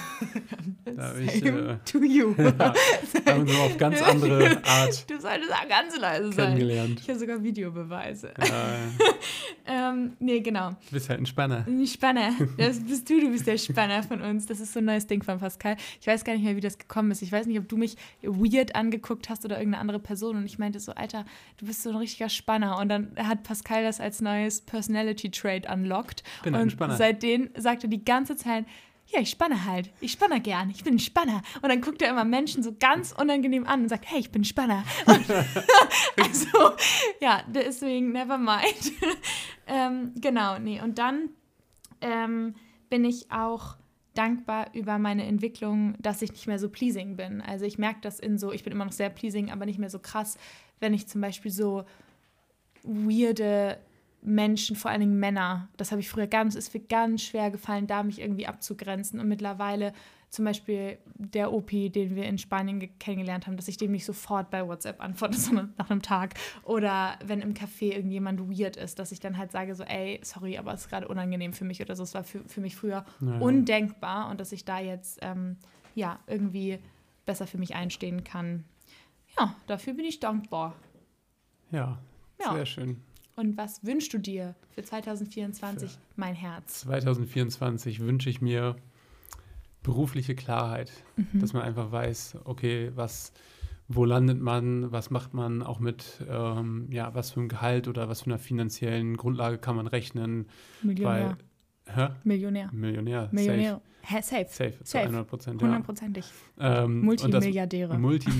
Same to you. Da haben wir auf ganz andere Art Du solltest auch ganz leise sein. Kennengelernt. Ich habe sogar Videobeweise. Ja. Nee, genau. Du bist halt ein Spanner. Ein Spanner. Das bist du bist der Spanner von uns. Das ist so ein neues Ding von Pascal. Ich weiß gar nicht mehr, wie das gekommen ist. Ich weiß nicht, ob du mich weird angeguckt hast oder irgendeine andere Person und ich meinte so, Alter, du bist so ein richtiger Spanner. Und dann hat Pascal das als neues Personality-Trait unlocked. Bin ein Spanner. Seitdem sagt er die ganze Zeit, ja, ich spanne halt. Ich spanne gern. Ich bin ein Spanner. Und dann guckt er immer Menschen so ganz unangenehm an und sagt, hey, ich bin ein Spanner. Also, ja, deswegen, never mind. Genau, nee. Und dann bin ich auch dankbar über meine Entwicklung, dass ich nicht mehr so pleasing bin. Also ich merke das ich bin immer noch sehr pleasing, aber nicht mehr so krass, wenn ich zum Beispiel so weirde Menschen, vor allen Dingen Männer, das habe ich früher ist mir ganz schwer gefallen, da mich irgendwie abzugrenzen und mittlerweile zum Beispiel der Opi, den wir in Spanien kennengelernt haben, dass ich dem nicht sofort bei WhatsApp antworte, sondern nach einem Tag oder wenn im Café irgendjemand weird ist, dass ich dann halt sage so, ey, sorry, aber es ist gerade unangenehm für mich oder so, es war für mich früher undenkbar und dass ich da jetzt irgendwie besser für mich einstehen kann. Ja, dafür bin ich dankbar. Ja, Ja. sehr schön. Und was wünschst du dir für 2024, mein Herz? 2024 wünsche ich mir berufliche Klarheit, dass man einfach weiß, okay, wo landet man, was macht man auch mit, was für ein Gehalt oder was für einer finanziellen Grundlage kann man rechnen. Millionär. Millionär. Millionär. Safe. Safe, zu 100%. 100%. Multimilliardäre.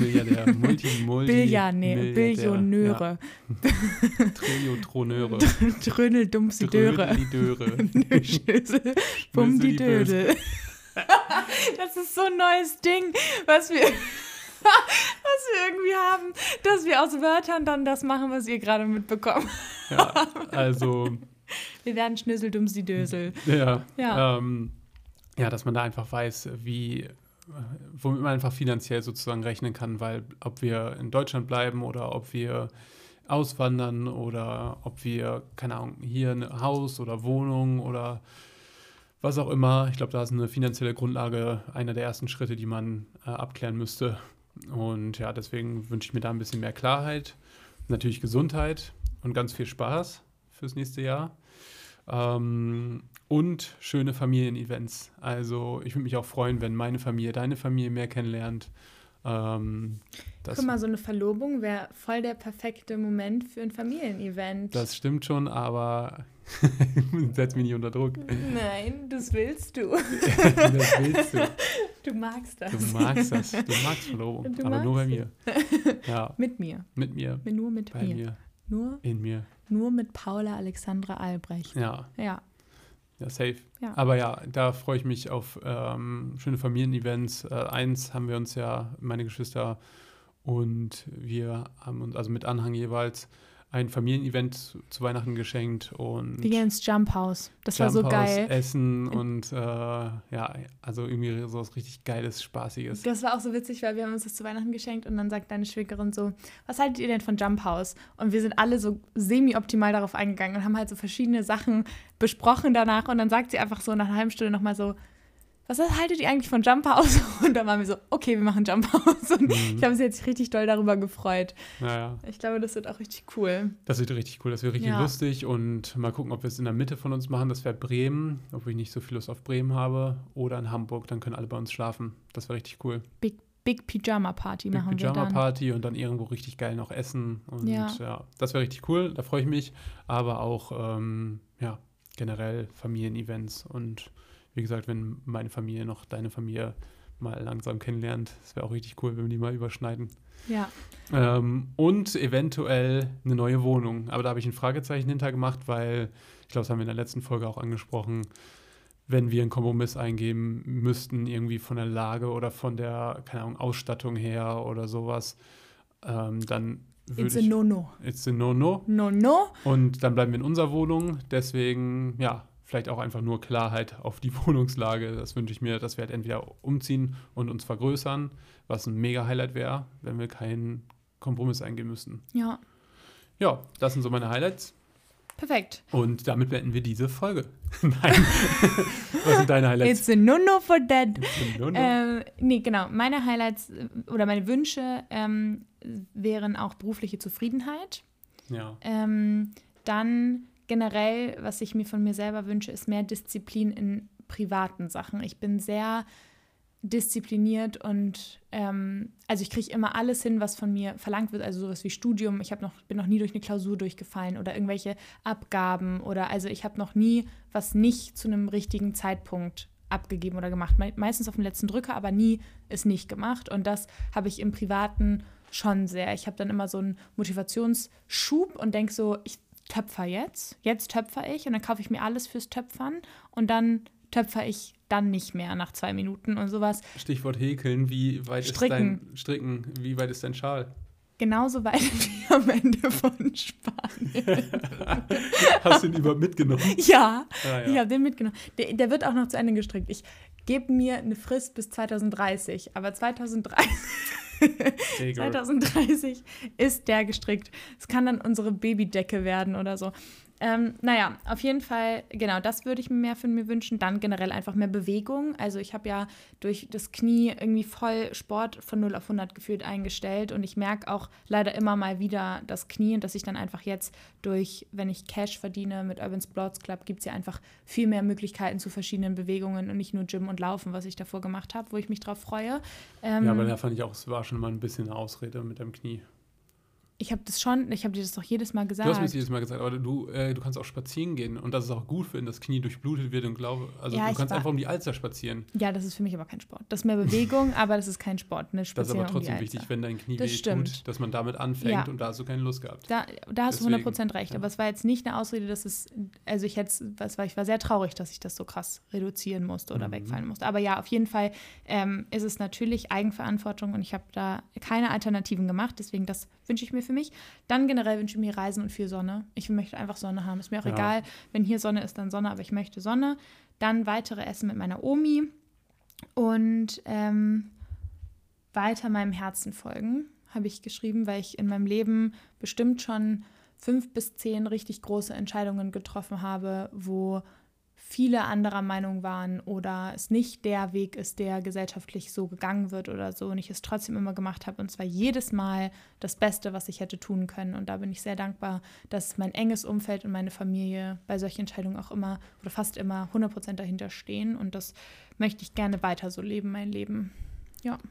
Billionäre. Trilliotroneure. Tröneldumsidöre. Schnösel, die Dödel. Das ist so ein neues Ding, was wir irgendwie haben, dass wir aus Wörtern dann das machen, was ihr gerade mitbekommen. Ja, also... Wir werden Schnösel-Dumsi-Dösel. Ja, dass man da einfach weiß, womit man einfach finanziell sozusagen rechnen kann, weil ob wir in Deutschland bleiben oder ob wir auswandern oder ob wir, keine Ahnung, hier ein Haus oder Wohnung oder was auch immer. Ich glaube, da ist eine finanzielle Grundlage einer der ersten Schritte, die man abklären müsste. Und ja, deswegen wünsche ich mir da ein bisschen mehr Klarheit, natürlich Gesundheit und ganz viel Spaß fürs nächste Jahr. Und schöne Familienevents. Also ich würde mich auch freuen, wenn meine Familie deine Familie mehr kennenlernt. Guck mal, so eine Verlobung wäre voll der perfekte Moment für ein Familienevent. Das stimmt schon, aber setz mich nicht unter Druck. Nein, das willst du. Das willst du. Du magst das. Du magst das. Du magst Verlobung. Aber nur bei mir. Ja. Mit mir. Mit mir. Nur mit bei mir. Nur in mir. Nur mit Paula Alexandra Albrecht. Ja, safe. Ja. Aber ja, da freue ich mich auf schöne Familienevents. Eins haben wir uns ja, meine Geschwister und wir haben uns, also mit Anhang jeweils, ein Familienevent zu Weihnachten geschenkt. Und wir gehen ins Jump House. Das war so geil. Essen und also irgendwie so was richtig Geiles, Spaßiges. Das war auch so witzig, weil wir haben uns das zu Weihnachten geschenkt und dann sagt deine Schwägerin so, was haltet ihr denn von Jump House? Und wir sind alle so semi-optimal darauf eingegangen und haben halt so verschiedene Sachen besprochen danach und dann sagt sie einfach so nach einer halben Stunde nochmal so, was haltet ihr eigentlich von Jump House? Und dann waren wir so, okay, wir machen Jump House. Und ich glaube, sie hat sich richtig doll darüber gefreut. Ja. Ich glaube, das wird auch richtig cool. Das wird richtig cool, das wird richtig lustig. Und mal gucken, ob wir es in der Mitte von uns machen. Das wäre Bremen, obwohl ich nicht so viel Lust auf Bremen habe. Oder in Hamburg, dann können alle bei uns schlafen. Das wäre richtig cool. Big Pyjama Party machen wir dann. Pyjama Party und dann irgendwo richtig geil noch essen. Und ja das wäre richtig cool, da freue ich mich. Aber auch, generell Familienevents und wie gesagt, wenn meine Familie noch deine Familie mal langsam kennenlernt, das wäre auch richtig cool, wenn wir die mal überschneiden. Ja. Und eventuell eine neue Wohnung. Aber da habe ich ein Fragezeichen hintergemacht, weil, ich glaube, das haben wir in der letzten Folge auch angesprochen, wenn wir einen Kompromiss eingehen müssten, irgendwie von der Lage oder von der, keine Ahnung, Ausstattung her oder sowas, dann würde It's a no-no. It's a no-no. No-no. Und dann bleiben wir in unserer Wohnung. Deswegen, vielleicht auch einfach nur Klarheit auf die Wohnungslage. Das wünsche ich mir, dass wir halt entweder umziehen und uns vergrößern, was ein mega Highlight wäre, wenn wir keinen Kompromiss eingehen müssten. Ja. Ja, das sind so meine Highlights. Perfekt. Und damit beenden wir diese Folge. Nein. Was sind deine Highlights? It's a no-no for that. No-no. Genau. Meine Highlights oder meine Wünsche wären auch berufliche Zufriedenheit. Ja. Dann generell, was ich mir von mir selber wünsche, ist mehr Disziplin in privaten Sachen. Ich bin sehr diszipliniert und also ich kriege immer alles hin, was von mir verlangt wird, also sowas wie Studium. Ich bin noch nie durch eine Klausur durchgefallen oder irgendwelche Abgaben oder also ich habe noch nie was nicht zu einem richtigen Zeitpunkt abgegeben oder gemacht. Meistens auf den letzten Drücker, aber nie ist nicht gemacht und das habe ich im Privaten schon sehr. Ich habe dann immer so einen Motivationsschub und denke so, ich töpfer jetzt töpfer ich und dann kaufe ich mir alles fürs Töpfern und dann töpfer ich dann nicht mehr nach 2 Minuten und sowas. Stichwort häkeln, wie weit wie weit ist dein Schal? Genauso weit wie am Ende von Spanien. Hast du ihn überhaupt mitgenommen? Ja, ich habe den mitgenommen. Der wird auch noch zu Ende gestrickt. Ich gebe mir eine Frist bis 2030, aber 2030 ist der gestrickt. Es kann dann unsere Babydecke werden oder so. Naja, auf jeden Fall, genau, das würde ich mir mehr von mir wünschen. Dann generell einfach mehr Bewegung. Also ich habe ja durch das Knie irgendwie voll Sport von 0 auf 100 gefühlt eingestellt und ich merke auch leider immer mal wieder das Knie und dass ich dann einfach jetzt wenn ich Cash verdiene mit Urban Sports Club, gibt es ja einfach viel mehr Möglichkeiten zu verschiedenen Bewegungen und nicht nur Gym und Laufen, was ich davor gemacht habe, wo ich mich drauf freue. Ja, aber da fand ich auch, es war schon mal ein bisschen eine Ausrede mit deinem Knie. Ich habe dir das doch jedes Mal gesagt. Du hast mir das jedes Mal gesagt, aber du kannst auch spazieren gehen und das ist auch gut, wenn das Knie durchblutet wird und du kannst einfach um die Alster spazieren. Ja, das ist für mich aber kein Sport. Das ist mehr Bewegung, aber das ist kein Sport. Das ist aber trotzdem wichtig, wenn dein Knie wehtut, dass man damit anfängt und da hast du keine Lust gehabt. Da hast du 100% recht, aber es war jetzt nicht eine Ausrede, ich war sehr traurig, dass ich das so krass reduzieren musste oder wegfallen musste. Aber ja, auf jeden Fall ist es natürlich Eigenverantwortung und ich habe da keine Alternativen gemacht, deswegen das wünsche ich mir für mich. Dann generell wünsche ich mir Reisen und viel Sonne. Ich möchte einfach Sonne haben. Ist mir auch egal, wenn hier Sonne ist, dann Sonne, aber ich möchte Sonne. Dann weitere Essen mit meiner Omi und weiter meinem Herzen folgen, habe ich geschrieben, weil ich in meinem Leben bestimmt schon 5 bis 10 richtig große Entscheidungen getroffen habe, wo viele anderer Meinung waren oder es nicht der Weg ist, der gesellschaftlich so gegangen wird oder so und ich es trotzdem immer gemacht habe und zwar jedes Mal das Beste, was ich hätte tun können und da bin ich sehr dankbar, dass mein enges Umfeld und meine Familie bei solchen Entscheidungen auch immer oder fast immer 100% dahinter stehen und das möchte ich gerne weiter so leben, mein Leben. Ja.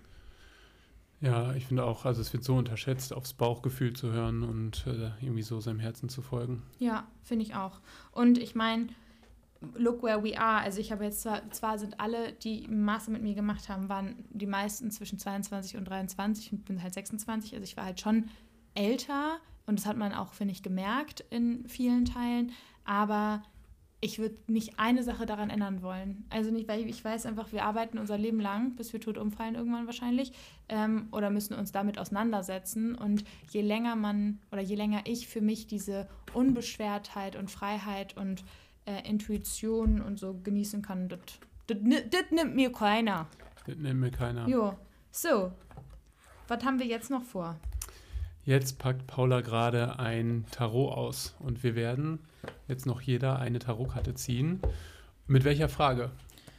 Ja, ich finde auch, also es wird so unterschätzt, aufs Bauchgefühl zu hören und irgendwie so seinem Herzen zu folgen. Ja, finde ich auch. Und ich meine, look where we are. Also ich habe jetzt zwar sind alle, die Master mit mir gemacht haben, waren die meisten zwischen 22 und 23 und bin halt 26. Also ich war halt schon älter und das hat man auch, finde ich, gemerkt in vielen Teilen. Aber ich würde nicht eine Sache daran ändern wollen. Also nicht, weil ich weiß einfach, wir arbeiten unser Leben lang, bis wir tot umfallen irgendwann wahrscheinlich, oder müssen uns damit auseinandersetzen. Und je länger ich für mich diese Unbeschwertheit und Freiheit und Intuition und so genießen kann, das nimmt mir keiner. Das nimmt mir keiner. Jo, so, was haben wir jetzt noch vor? Jetzt packt Paula gerade ein Tarot aus und wir werden jetzt noch jeder eine Tarotkarte ziehen. Mit welcher Frage?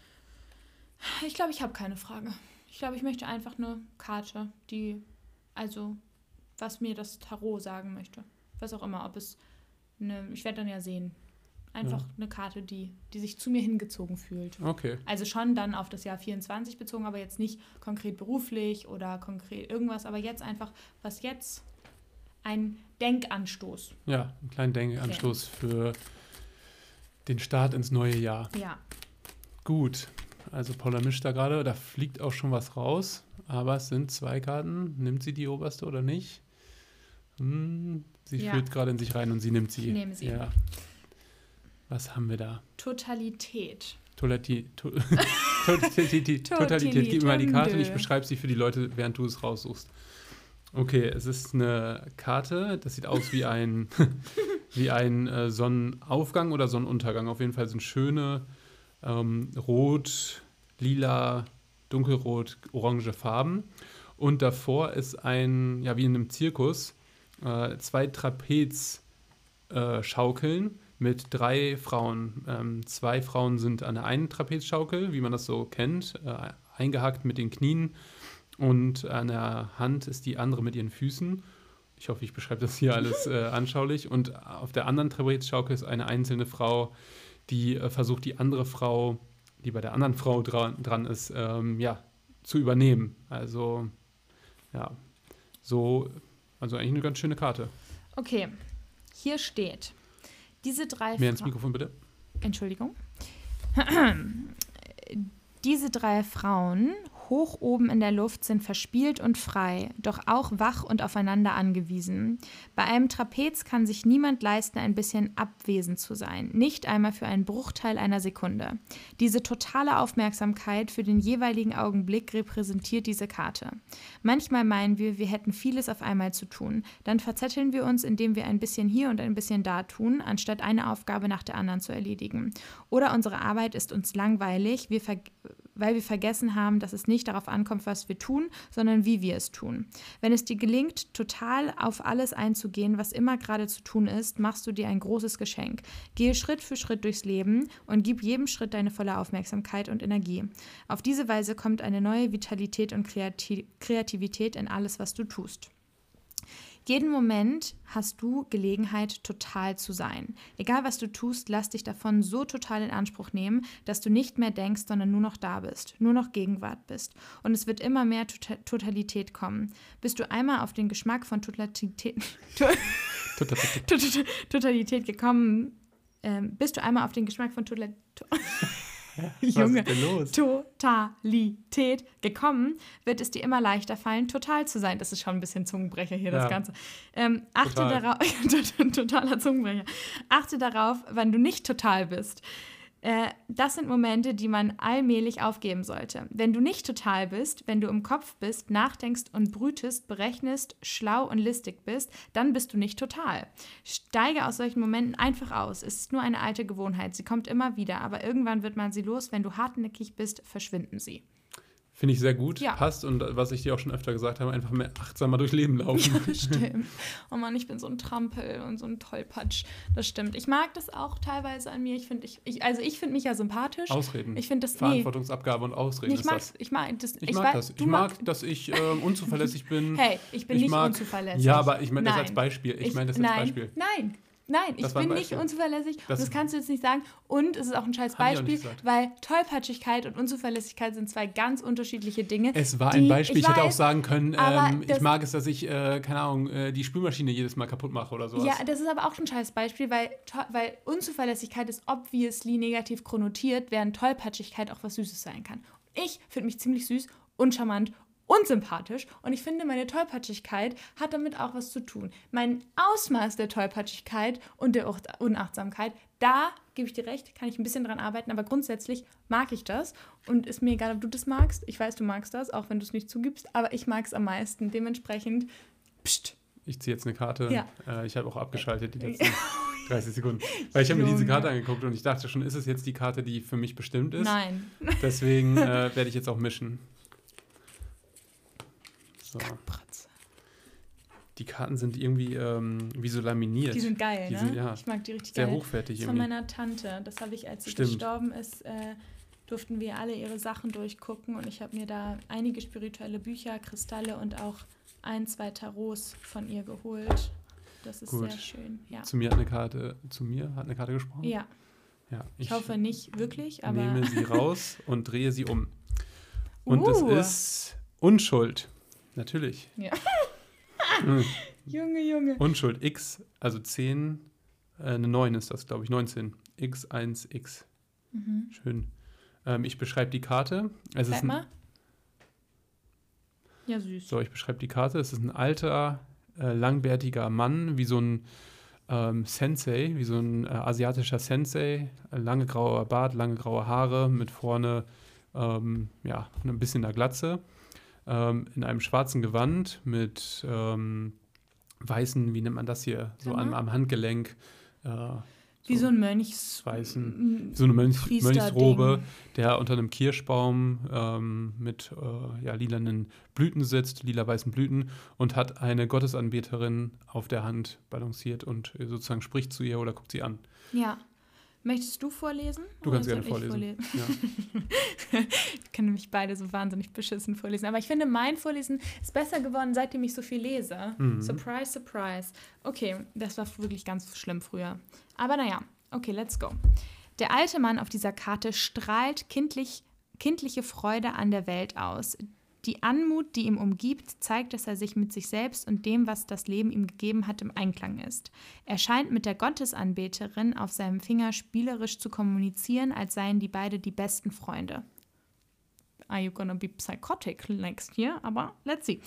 Ich glaube, ich habe keine Frage. Ich glaube, ich möchte einfach eine Karte, was mir das Tarot sagen möchte. Was auch immer, ich werde dann ja sehen. Einfach eine Karte, die sich zu mir hingezogen fühlt. Okay. Also schon dann auf das Jahr 24 bezogen, aber jetzt nicht konkret beruflich oder konkret irgendwas, aber jetzt einfach, was jetzt ein Denkanstoß. Ja, ein kleiner Denkanstoß für den Start ins neue Jahr. Ja. Gut, also Paula mischt da gerade, da fliegt auch schon was raus, aber es sind 2 Karten. Nimmt sie die oberste oder nicht? Sie führt gerade in sich rein und sie nimmt sie. Ich nehme sie. Ja. Was haben wir da? Totalität. Totalität. Gib mir mal die Karte und ich beschreibe sie für die Leute, während du es raussuchst. Okay, es ist eine Karte, das sieht aus wie ein Sonnenaufgang oder Sonnenuntergang. Auf jeden Fall sind schöne rot, lila, dunkelrot, orange Farben. Und davor ist wie in einem Zirkus, 2 Trapezschaukeln mit 3 Frauen. 2 Frauen sind an der einen Trapezschaukel, wie man das so kennt, eingehakt mit den Knien. Und an der Hand ist die andere mit ihren Füßen. Ich hoffe, ich beschreibe das hier alles anschaulich. Und auf der anderen Trapezschaukel ist eine einzelne Frau, die versucht, die andere Frau, die bei der anderen Frau dran ist, zu übernehmen. Also, also eigentlich eine ganz schöne Karte. Okay, hier steht, diese 3 Mehr ins Mikrofon, bitte. Entschuldigung. Diese 3 Frauen hoch oben in der Luft sind verspielt und frei, doch auch wach und aufeinander angewiesen. Bei einem Trapez kann sich niemand leisten, ein bisschen abwesend zu sein, nicht einmal für einen Bruchteil einer Sekunde. Diese totale Aufmerksamkeit für den jeweiligen Augenblick repräsentiert diese Karte. Manchmal meinen wir hätten vieles auf einmal zu tun. Dann verzetteln wir uns, indem wir ein bisschen hier und ein bisschen da tun, anstatt eine Aufgabe nach der anderen zu erledigen. Oder unsere Arbeit ist uns langweilig, wir weil wir vergessen haben, dass es nicht darauf ankommt, was wir tun, sondern wie wir es tun. Wenn es dir gelingt, total auf alles einzugehen, was immer gerade zu tun ist, machst du dir ein großes Geschenk. Gehe Schritt für Schritt durchs Leben und gib jedem Schritt deine volle Aufmerksamkeit und Energie. Auf diese Weise kommt eine neue Vitalität und Kreativität in alles, was du tust. Jeden Moment hast du Gelegenheit, total zu sein. Egal, was du tust, lass dich davon so total in Anspruch nehmen, dass du nicht mehr denkst, sondern nur noch da bist, nur noch Gegenwart bist. Und es wird immer mehr Totalität kommen. Bist du einmal auf den Geschmack von Totalität gekommen, bist du einmal auf den Geschmack von Totalität gekommen, wird es dir immer leichter fallen, total zu sein. Das ist schon ein bisschen Zungenbrecher hier, das Ganze. Achte darauf, totaler Zungenbrecher. Achte darauf, wann du nicht total bist. Das sind Momente, die man allmählich aufgeben sollte. Wenn du nicht total bist, wenn du im Kopf bist, nachdenkst und brütest, berechnest, schlau und listig bist, dann bist du nicht total. Steige aus solchen Momenten einfach aus. Es ist nur eine alte Gewohnheit. Sie kommt immer wieder, aber irgendwann wird man sie los. Wenn du hartnäckig bist, verschwinden sie. Finde ich sehr gut, Ja. passt und was ich dir auch schon öfter gesagt habe, einfach mehr achtsamer durchs Leben laufen. Ja, stimmt. Oh Mann, ich bin so ein Trampel und so ein Tollpatsch. Das stimmt. Ich mag das auch teilweise an mir. Ich finde mich ja sympathisch. Ausreden. Ich finde das Verantwortungsabgabe und Ausreden Ich mag das. Ich mag, dass ich unzuverlässig bin. Hey, ich bin nicht unzuverlässig. Ja, aber ich meine das Nein. als Beispiel. Ich meine das als Beispiel. Nein, ich bin nicht unzuverlässig und das kannst du jetzt nicht sagen. Und es ist auch ein scheiß Beispiel, weil Tollpatschigkeit und Unzuverlässigkeit sind zwei ganz unterschiedliche Dinge. Es war ein Beispiel. Ich hätte auch sagen können, ich mag es, dass ich, keine Ahnung, die Spülmaschine jedes Mal kaputt mache oder sowas. Ja, das ist aber auch ein scheiß Beispiel, weil Unzuverlässigkeit ist obviously negativ konnotiert, während Tollpatschigkeit auch was Süßes sein kann. Ich finde mich ziemlich süß und charmant und sympathisch und ich finde, meine Tollpatschigkeit hat damit auch was zu tun. Mein Ausmaß der Tollpatschigkeit und der Unachtsamkeit, da gebe ich dir recht, kann ich ein bisschen dran arbeiten, aber grundsätzlich mag ich das und ist mir egal, ob du das magst. Ich weiß, du magst das, auch wenn du es nicht zugibst, aber ich mag es am meisten. Dementsprechend, pst. Ich ziehe jetzt eine Karte. Ja. Ich habe auch abgeschaltet die letzten 30 Sekunden. Weil ich habe mir diese Karte angeguckt und ich dachte schon, ist es jetzt die Karte, die für mich bestimmt ist? Nein. Deswegen werde ich jetzt auch mischen. So. Kackbratze. Die Karten sind irgendwie wie so laminiert. Die sind geil, ne? Ja, ich mag die richtig sehr geil. hochwertig das irgendwie. Von meiner Tante. Das habe ich, als sie Stimmt. gestorben ist, durften wir alle ihre Sachen durchgucken und ich habe mir da einige spirituelle Bücher, Kristalle und auch 1-2 Tarots von ihr geholt. Das ist Gut. sehr schön. Ja. Zu mir hat eine Karte gesprochen? Ja. Ich hoffe nicht wirklich, aber... nehme sie raus und drehe sie um. Und es ist Unschuld. Natürlich. Ja. Junge. Unschuld. X, also 10, eine 9 ist das, glaube ich, 19. X1X. Mhm. Schön. Ich beschreibe die Karte. Sag mal. Ja, süß. So, ich beschreibe die Karte. Es ist ein alter, langbärtiger Mann, wie so ein Sensei, wie so ein asiatischer Sensei. Lange grauer Bart, lange graue Haare, mit vorne ein bisschen einer Glatze. In einem schwarzen Gewand mit weißen, wie nennt man das hier, so am Handgelenk. Wie so ein so eine Mönchsrobe, der unter einem Kirschbaum mit lilanen Blüten sitzt, lila-weißen Blüten und hat eine Gottesanbeterin auf der Hand balanciert und sozusagen spricht zu ihr oder guckt sie an. Ja. Möchtest du vorlesen? Du kannst gerne vorlesen. Ja. Wir können nämlich beide so wahnsinnig beschissen vorlesen. Aber ich finde, mein Vorlesen ist besser geworden, seitdem ich so viel lese. Mhm. Surprise, surprise. Okay, das war wirklich ganz schlimm früher. Aber naja, okay, let's go. Der alte Mann auf dieser Karte strahlt kindliche Freude an der Welt aus. Die Anmut, die ihn umgibt, zeigt, dass er sich mit sich selbst und dem, was das Leben ihm gegeben hat, im Einklang ist. Er scheint mit der Gottesanbeterin auf seinem Finger spielerisch zu kommunizieren, als seien die beide die besten Freunde. Are you gonna be psychotic next year? Aber let's see.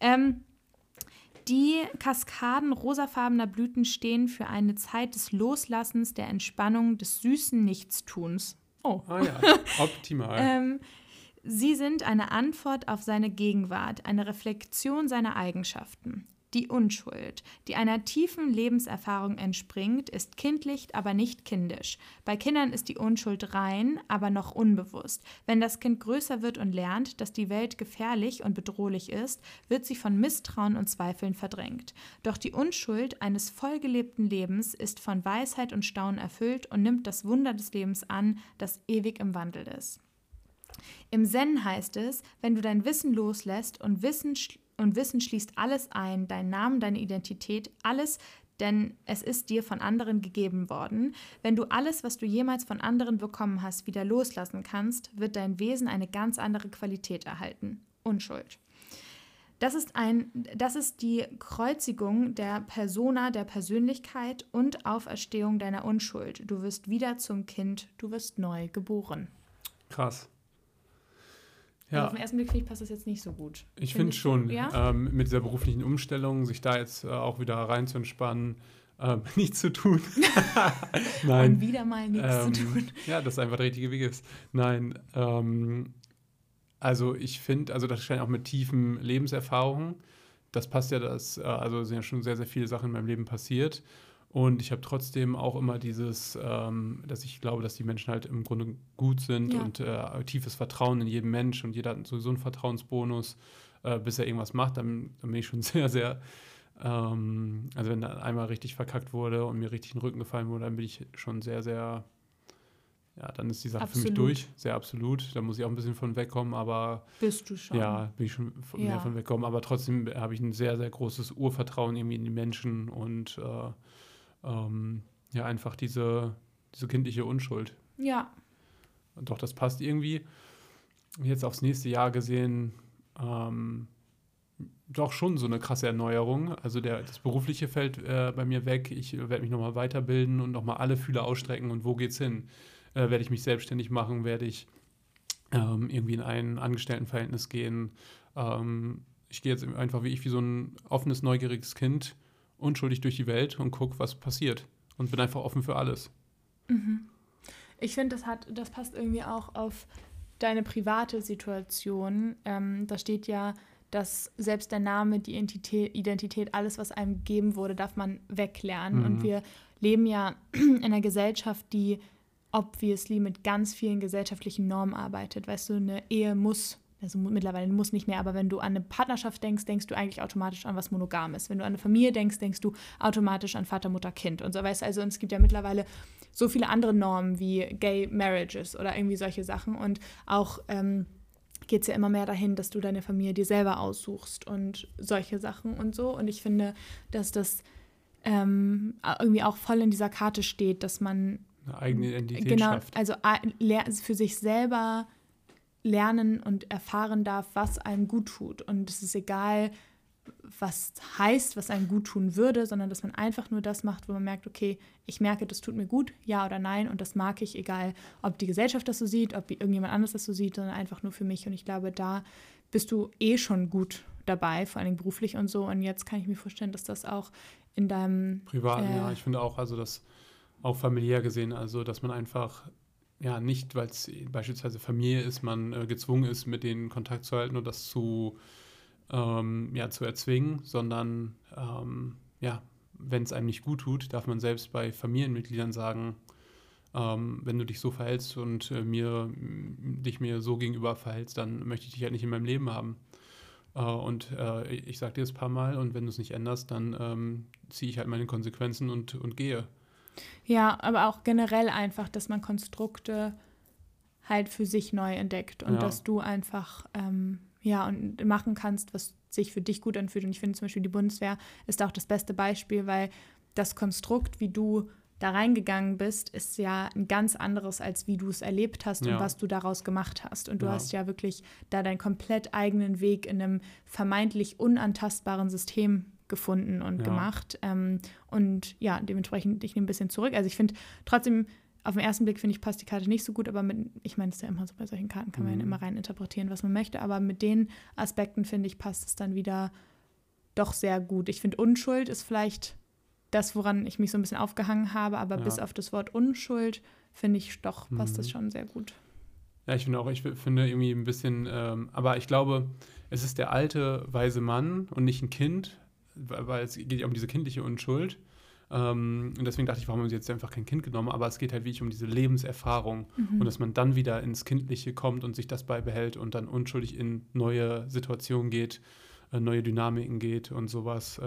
Die Kaskaden rosafarbener Blüten stehen für eine Zeit des Loslassens, der Entspannung, des süßen Nichtstuns. Oh. Ah ja, optimal. Sie sind eine Antwort auf seine Gegenwart, eine Reflexion seiner Eigenschaften. Die Unschuld, die einer tiefen Lebenserfahrung entspringt, ist kindlich, aber nicht kindisch. Bei Kindern ist die Unschuld rein, aber noch unbewusst. Wenn das Kind größer wird und lernt, dass die Welt gefährlich und bedrohlich ist, wird sie von Misstrauen und Zweifeln verdrängt. Doch die Unschuld eines vollgelebten Lebens ist von Weisheit und Staunen erfüllt und nimmt das Wunder des Lebens an, das ewig im Wandel ist. Im Zen heißt es, wenn du dein Wissen loslässt und Wissen schließt alles ein, dein Namen, deine Identität, alles, denn es ist dir von anderen gegeben worden. Wenn du alles, was du jemals von anderen bekommen hast, wieder loslassen kannst, wird dein Wesen eine ganz andere Qualität erhalten. Unschuld. Das ist die Kreuzigung der Persona, der Persönlichkeit und Auferstehung deiner Unschuld. Du wirst wieder zum Kind, du wirst neu geboren. Krass. Ja. Also auf den ersten Blick finde ich, passt das jetzt nicht so gut. Ich finde schon, ja? Mit dieser beruflichen Umstellung, sich da jetzt auch wieder rein zu entspannen, nichts zu tun. Nein. Und wieder mal nichts zu tun. Ja, das einfach der richtige Weg ist. Nein, also ich finde, also das scheint auch mit tiefen Lebenserfahrungen, das passt ja, also sind ja schon sehr, sehr viele Sachen in meinem Leben passiert. Und ich habe trotzdem auch immer dieses, dass ich glaube, dass die Menschen halt im Grunde gut sind und tiefes Vertrauen in jeden Mensch und jeder hat sowieso einen Vertrauensbonus, bis er irgendwas macht, dann bin ich schon sehr, sehr, also wenn da einmal richtig verkackt wurde und mir richtig in den Rücken gefallen wurde, dann bin ich schon sehr, sehr, ja, dann ist die Sache für mich durch, sehr absolut, da muss ich auch ein bisschen von wegkommen, aber bist du schon. Ja, bin ich schon mehr von weggekommen, aber trotzdem habe ich ein sehr, sehr großes Urvertrauen irgendwie in die Menschen und einfach diese kindliche Unschuld. Ja. Und doch, das passt irgendwie. Jetzt aufs nächste Jahr gesehen, doch schon so eine krasse Erneuerung. Also das Berufliche fällt bei mir weg. Ich werde mich nochmal weiterbilden und nochmal alle Fühler ausstrecken. Und wo geht's hin? Werde ich mich selbstständig machen? Werde ich irgendwie in ein Angestelltenverhältnis gehen? Ich gehe jetzt einfach wie so ein offenes, neugieriges Kind unschuldig durch die Welt und guck, was passiert. Und bin einfach offen für alles. Mhm. Ich finde, das passt irgendwie auch auf deine private Situation. Da steht ja, dass selbst der Name, die Identität, alles, was einem gegeben wurde, darf man weglernen. Und wir leben ja in einer Gesellschaft, die obviously mit ganz vielen gesellschaftlichen Normen arbeitet. Weißt du, eine Ehe muss, also mittlerweile muss nicht mehr, aber wenn du an eine Partnerschaft denkst, denkst du eigentlich automatisch an was Monogames. Wenn du an eine Familie denkst, denkst du automatisch an Vater, Mutter, Kind und so. Weißt du, also und es gibt ja mittlerweile so viele andere Normen wie Gay Marriages oder irgendwie solche Sachen und auch geht es ja immer mehr dahin, dass du deine Familie dir selber aussuchst und solche Sachen und so. Und ich finde, dass das irgendwie auch voll in dieser Karte steht, dass man eine eigene Identität schafft. Also für sich selber lernen und erfahren darf, was einem gut tut. Und es ist egal, was heißt, was einem gut tun würde, sondern dass man einfach nur das macht, wo man merkt, okay, ich merke, das tut mir gut, ja oder nein, und das mag ich, egal, ob die Gesellschaft das so sieht, ob irgendjemand anderes das so sieht, sondern einfach nur für mich. Und ich glaube, da bist du schon gut dabei, vor allem beruflich und so. Und jetzt kann ich mir vorstellen, dass das auch in deinem Privaten, ja, ich finde auch, also das auch familiär gesehen, also dass man einfach nicht, weil es beispielsweise Familie ist, man gezwungen ist, mit denen Kontakt zu halten und das zu erzwingen, sondern wenn es einem nicht gut tut, darf man selbst bei Familienmitgliedern sagen, wenn du dich so verhältst und dich mir so gegenüber verhältst, dann möchte ich dich halt nicht in meinem Leben haben. Ich sage dir das ein paar Mal und wenn du es nicht änderst, dann ziehe ich halt meine Konsequenzen und gehe. Ja, aber auch generell einfach, dass man Konstrukte halt für sich neu entdeckt und dass du einfach und machen kannst, was sich für dich gut anfühlt. Und ich finde zum Beispiel, die Bundeswehr ist auch das beste Beispiel, weil das Konstrukt, wie du da reingegangen bist, ist ja ein ganz anderes, als wie du es erlebt hast und was du daraus gemacht hast. Und du hast ja wirklich da deinen komplett eigenen Weg in einem vermeintlich unantastbaren System gefunden und gemacht. Dementsprechend, ich nehme ein bisschen zurück. Also ich finde trotzdem, auf den ersten Blick finde ich, passt die Karte nicht so gut, aber ich meine, es ist ja immer so, bei solchen Karten kann man ja immer rein interpretieren, was man möchte, aber mit den Aspekten, finde ich, passt es dann wieder doch sehr gut. Ich finde, Unschuld ist vielleicht das, woran ich mich so ein bisschen aufgehangen habe, aber bis auf das Wort Unschuld, finde ich, doch passt das schon sehr gut. Ja, ich finde irgendwie ein bisschen, aber ich glaube, es ist der alte, weise Mann und nicht ein Kind, weil es geht ja um diese kindliche Unschuld. Und deswegen dachte ich, warum haben sie jetzt einfach kein Kind genommen? Aber es geht halt wirklich um diese Lebenserfahrung und dass man dann wieder ins Kindliche kommt und sich das beibehält und dann unschuldig in neue Situationen geht, neue Dynamiken geht und sowas.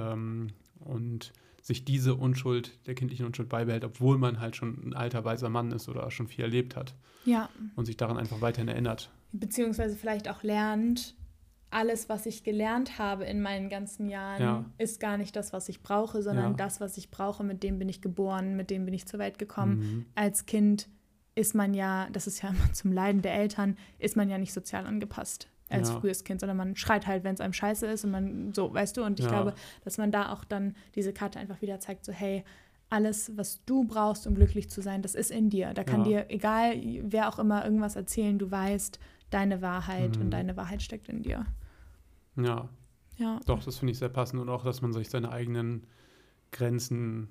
Und sich diese Unschuld, der kindlichen Unschuld beibehält, obwohl man halt schon ein alter, weiser Mann ist oder schon viel erlebt hat. Ja. Und sich daran einfach weiterhin erinnert. Beziehungsweise vielleicht auch lernt, alles, was ich gelernt habe in meinen ganzen Jahren, ist gar nicht das, was ich brauche, sondern das, was ich brauche, mit dem bin ich geboren, mit dem bin ich zur Welt gekommen. Als Kind ist man ja, das ist ja immer zum Leiden der Eltern, ist man ja nicht sozial angepasst als frühes Kind, sondern man schreit halt, wenn es einem scheiße ist und man so, weißt du, und ich glaube, dass man da auch dann diese Karte einfach wieder zeigt, so hey, alles, was du brauchst, um glücklich zu sein, das ist in dir. Da kann dir, egal wer auch immer, irgendwas erzählen, du weißt deine Wahrheit und deine Wahrheit steckt in dir. Ja. Doch, das finde ich sehr passend und auch, dass man sich seine eigenen Grenzen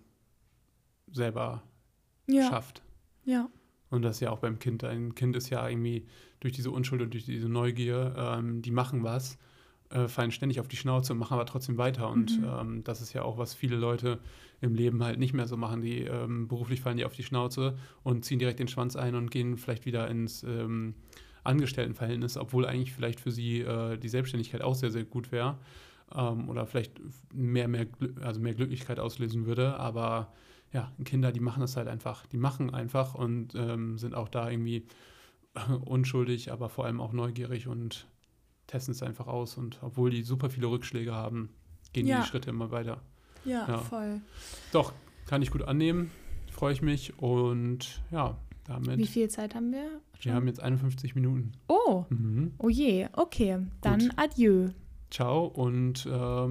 selber schafft. Ja. Und das ja auch beim Kind. Ein Kind ist ja irgendwie durch diese Unschuld und durch diese Neugier, die machen was, fallen ständig auf die Schnauze und machen aber trotzdem weiter. Und das ist ja auch, was viele Leute im Leben halt nicht mehr so machen. Die beruflich fallen die auf die Schnauze und ziehen direkt den Schwanz ein und gehen vielleicht wieder ins Angestelltenverhältnis, obwohl eigentlich vielleicht für sie die Selbstständigkeit auch sehr, sehr gut wäre oder vielleicht mehr Glücklichkeit auslösen würde. Aber ja, Kinder, die machen das halt einfach. Die machen einfach und sind auch da irgendwie unschuldig, aber vor allem auch neugierig und testen es einfach aus. Und obwohl die super viele Rückschläge haben, gehen die Schritte immer weiter. Ja, voll. Doch, kann ich gut annehmen. Freue ich mich und ja, damit. Wie viel Zeit haben wir? Wir haben jetzt 51 Minuten. Oh, oh je, okay. Dann adieu. Ciao und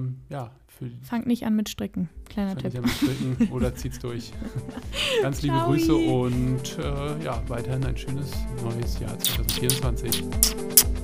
fangt nicht an mit Stricken. Kleiner Tipp. Fangt nicht an mit Stricken oder zieht's durch. Ganz liebe Grüße und weiterhin ein schönes neues Jahr 2024.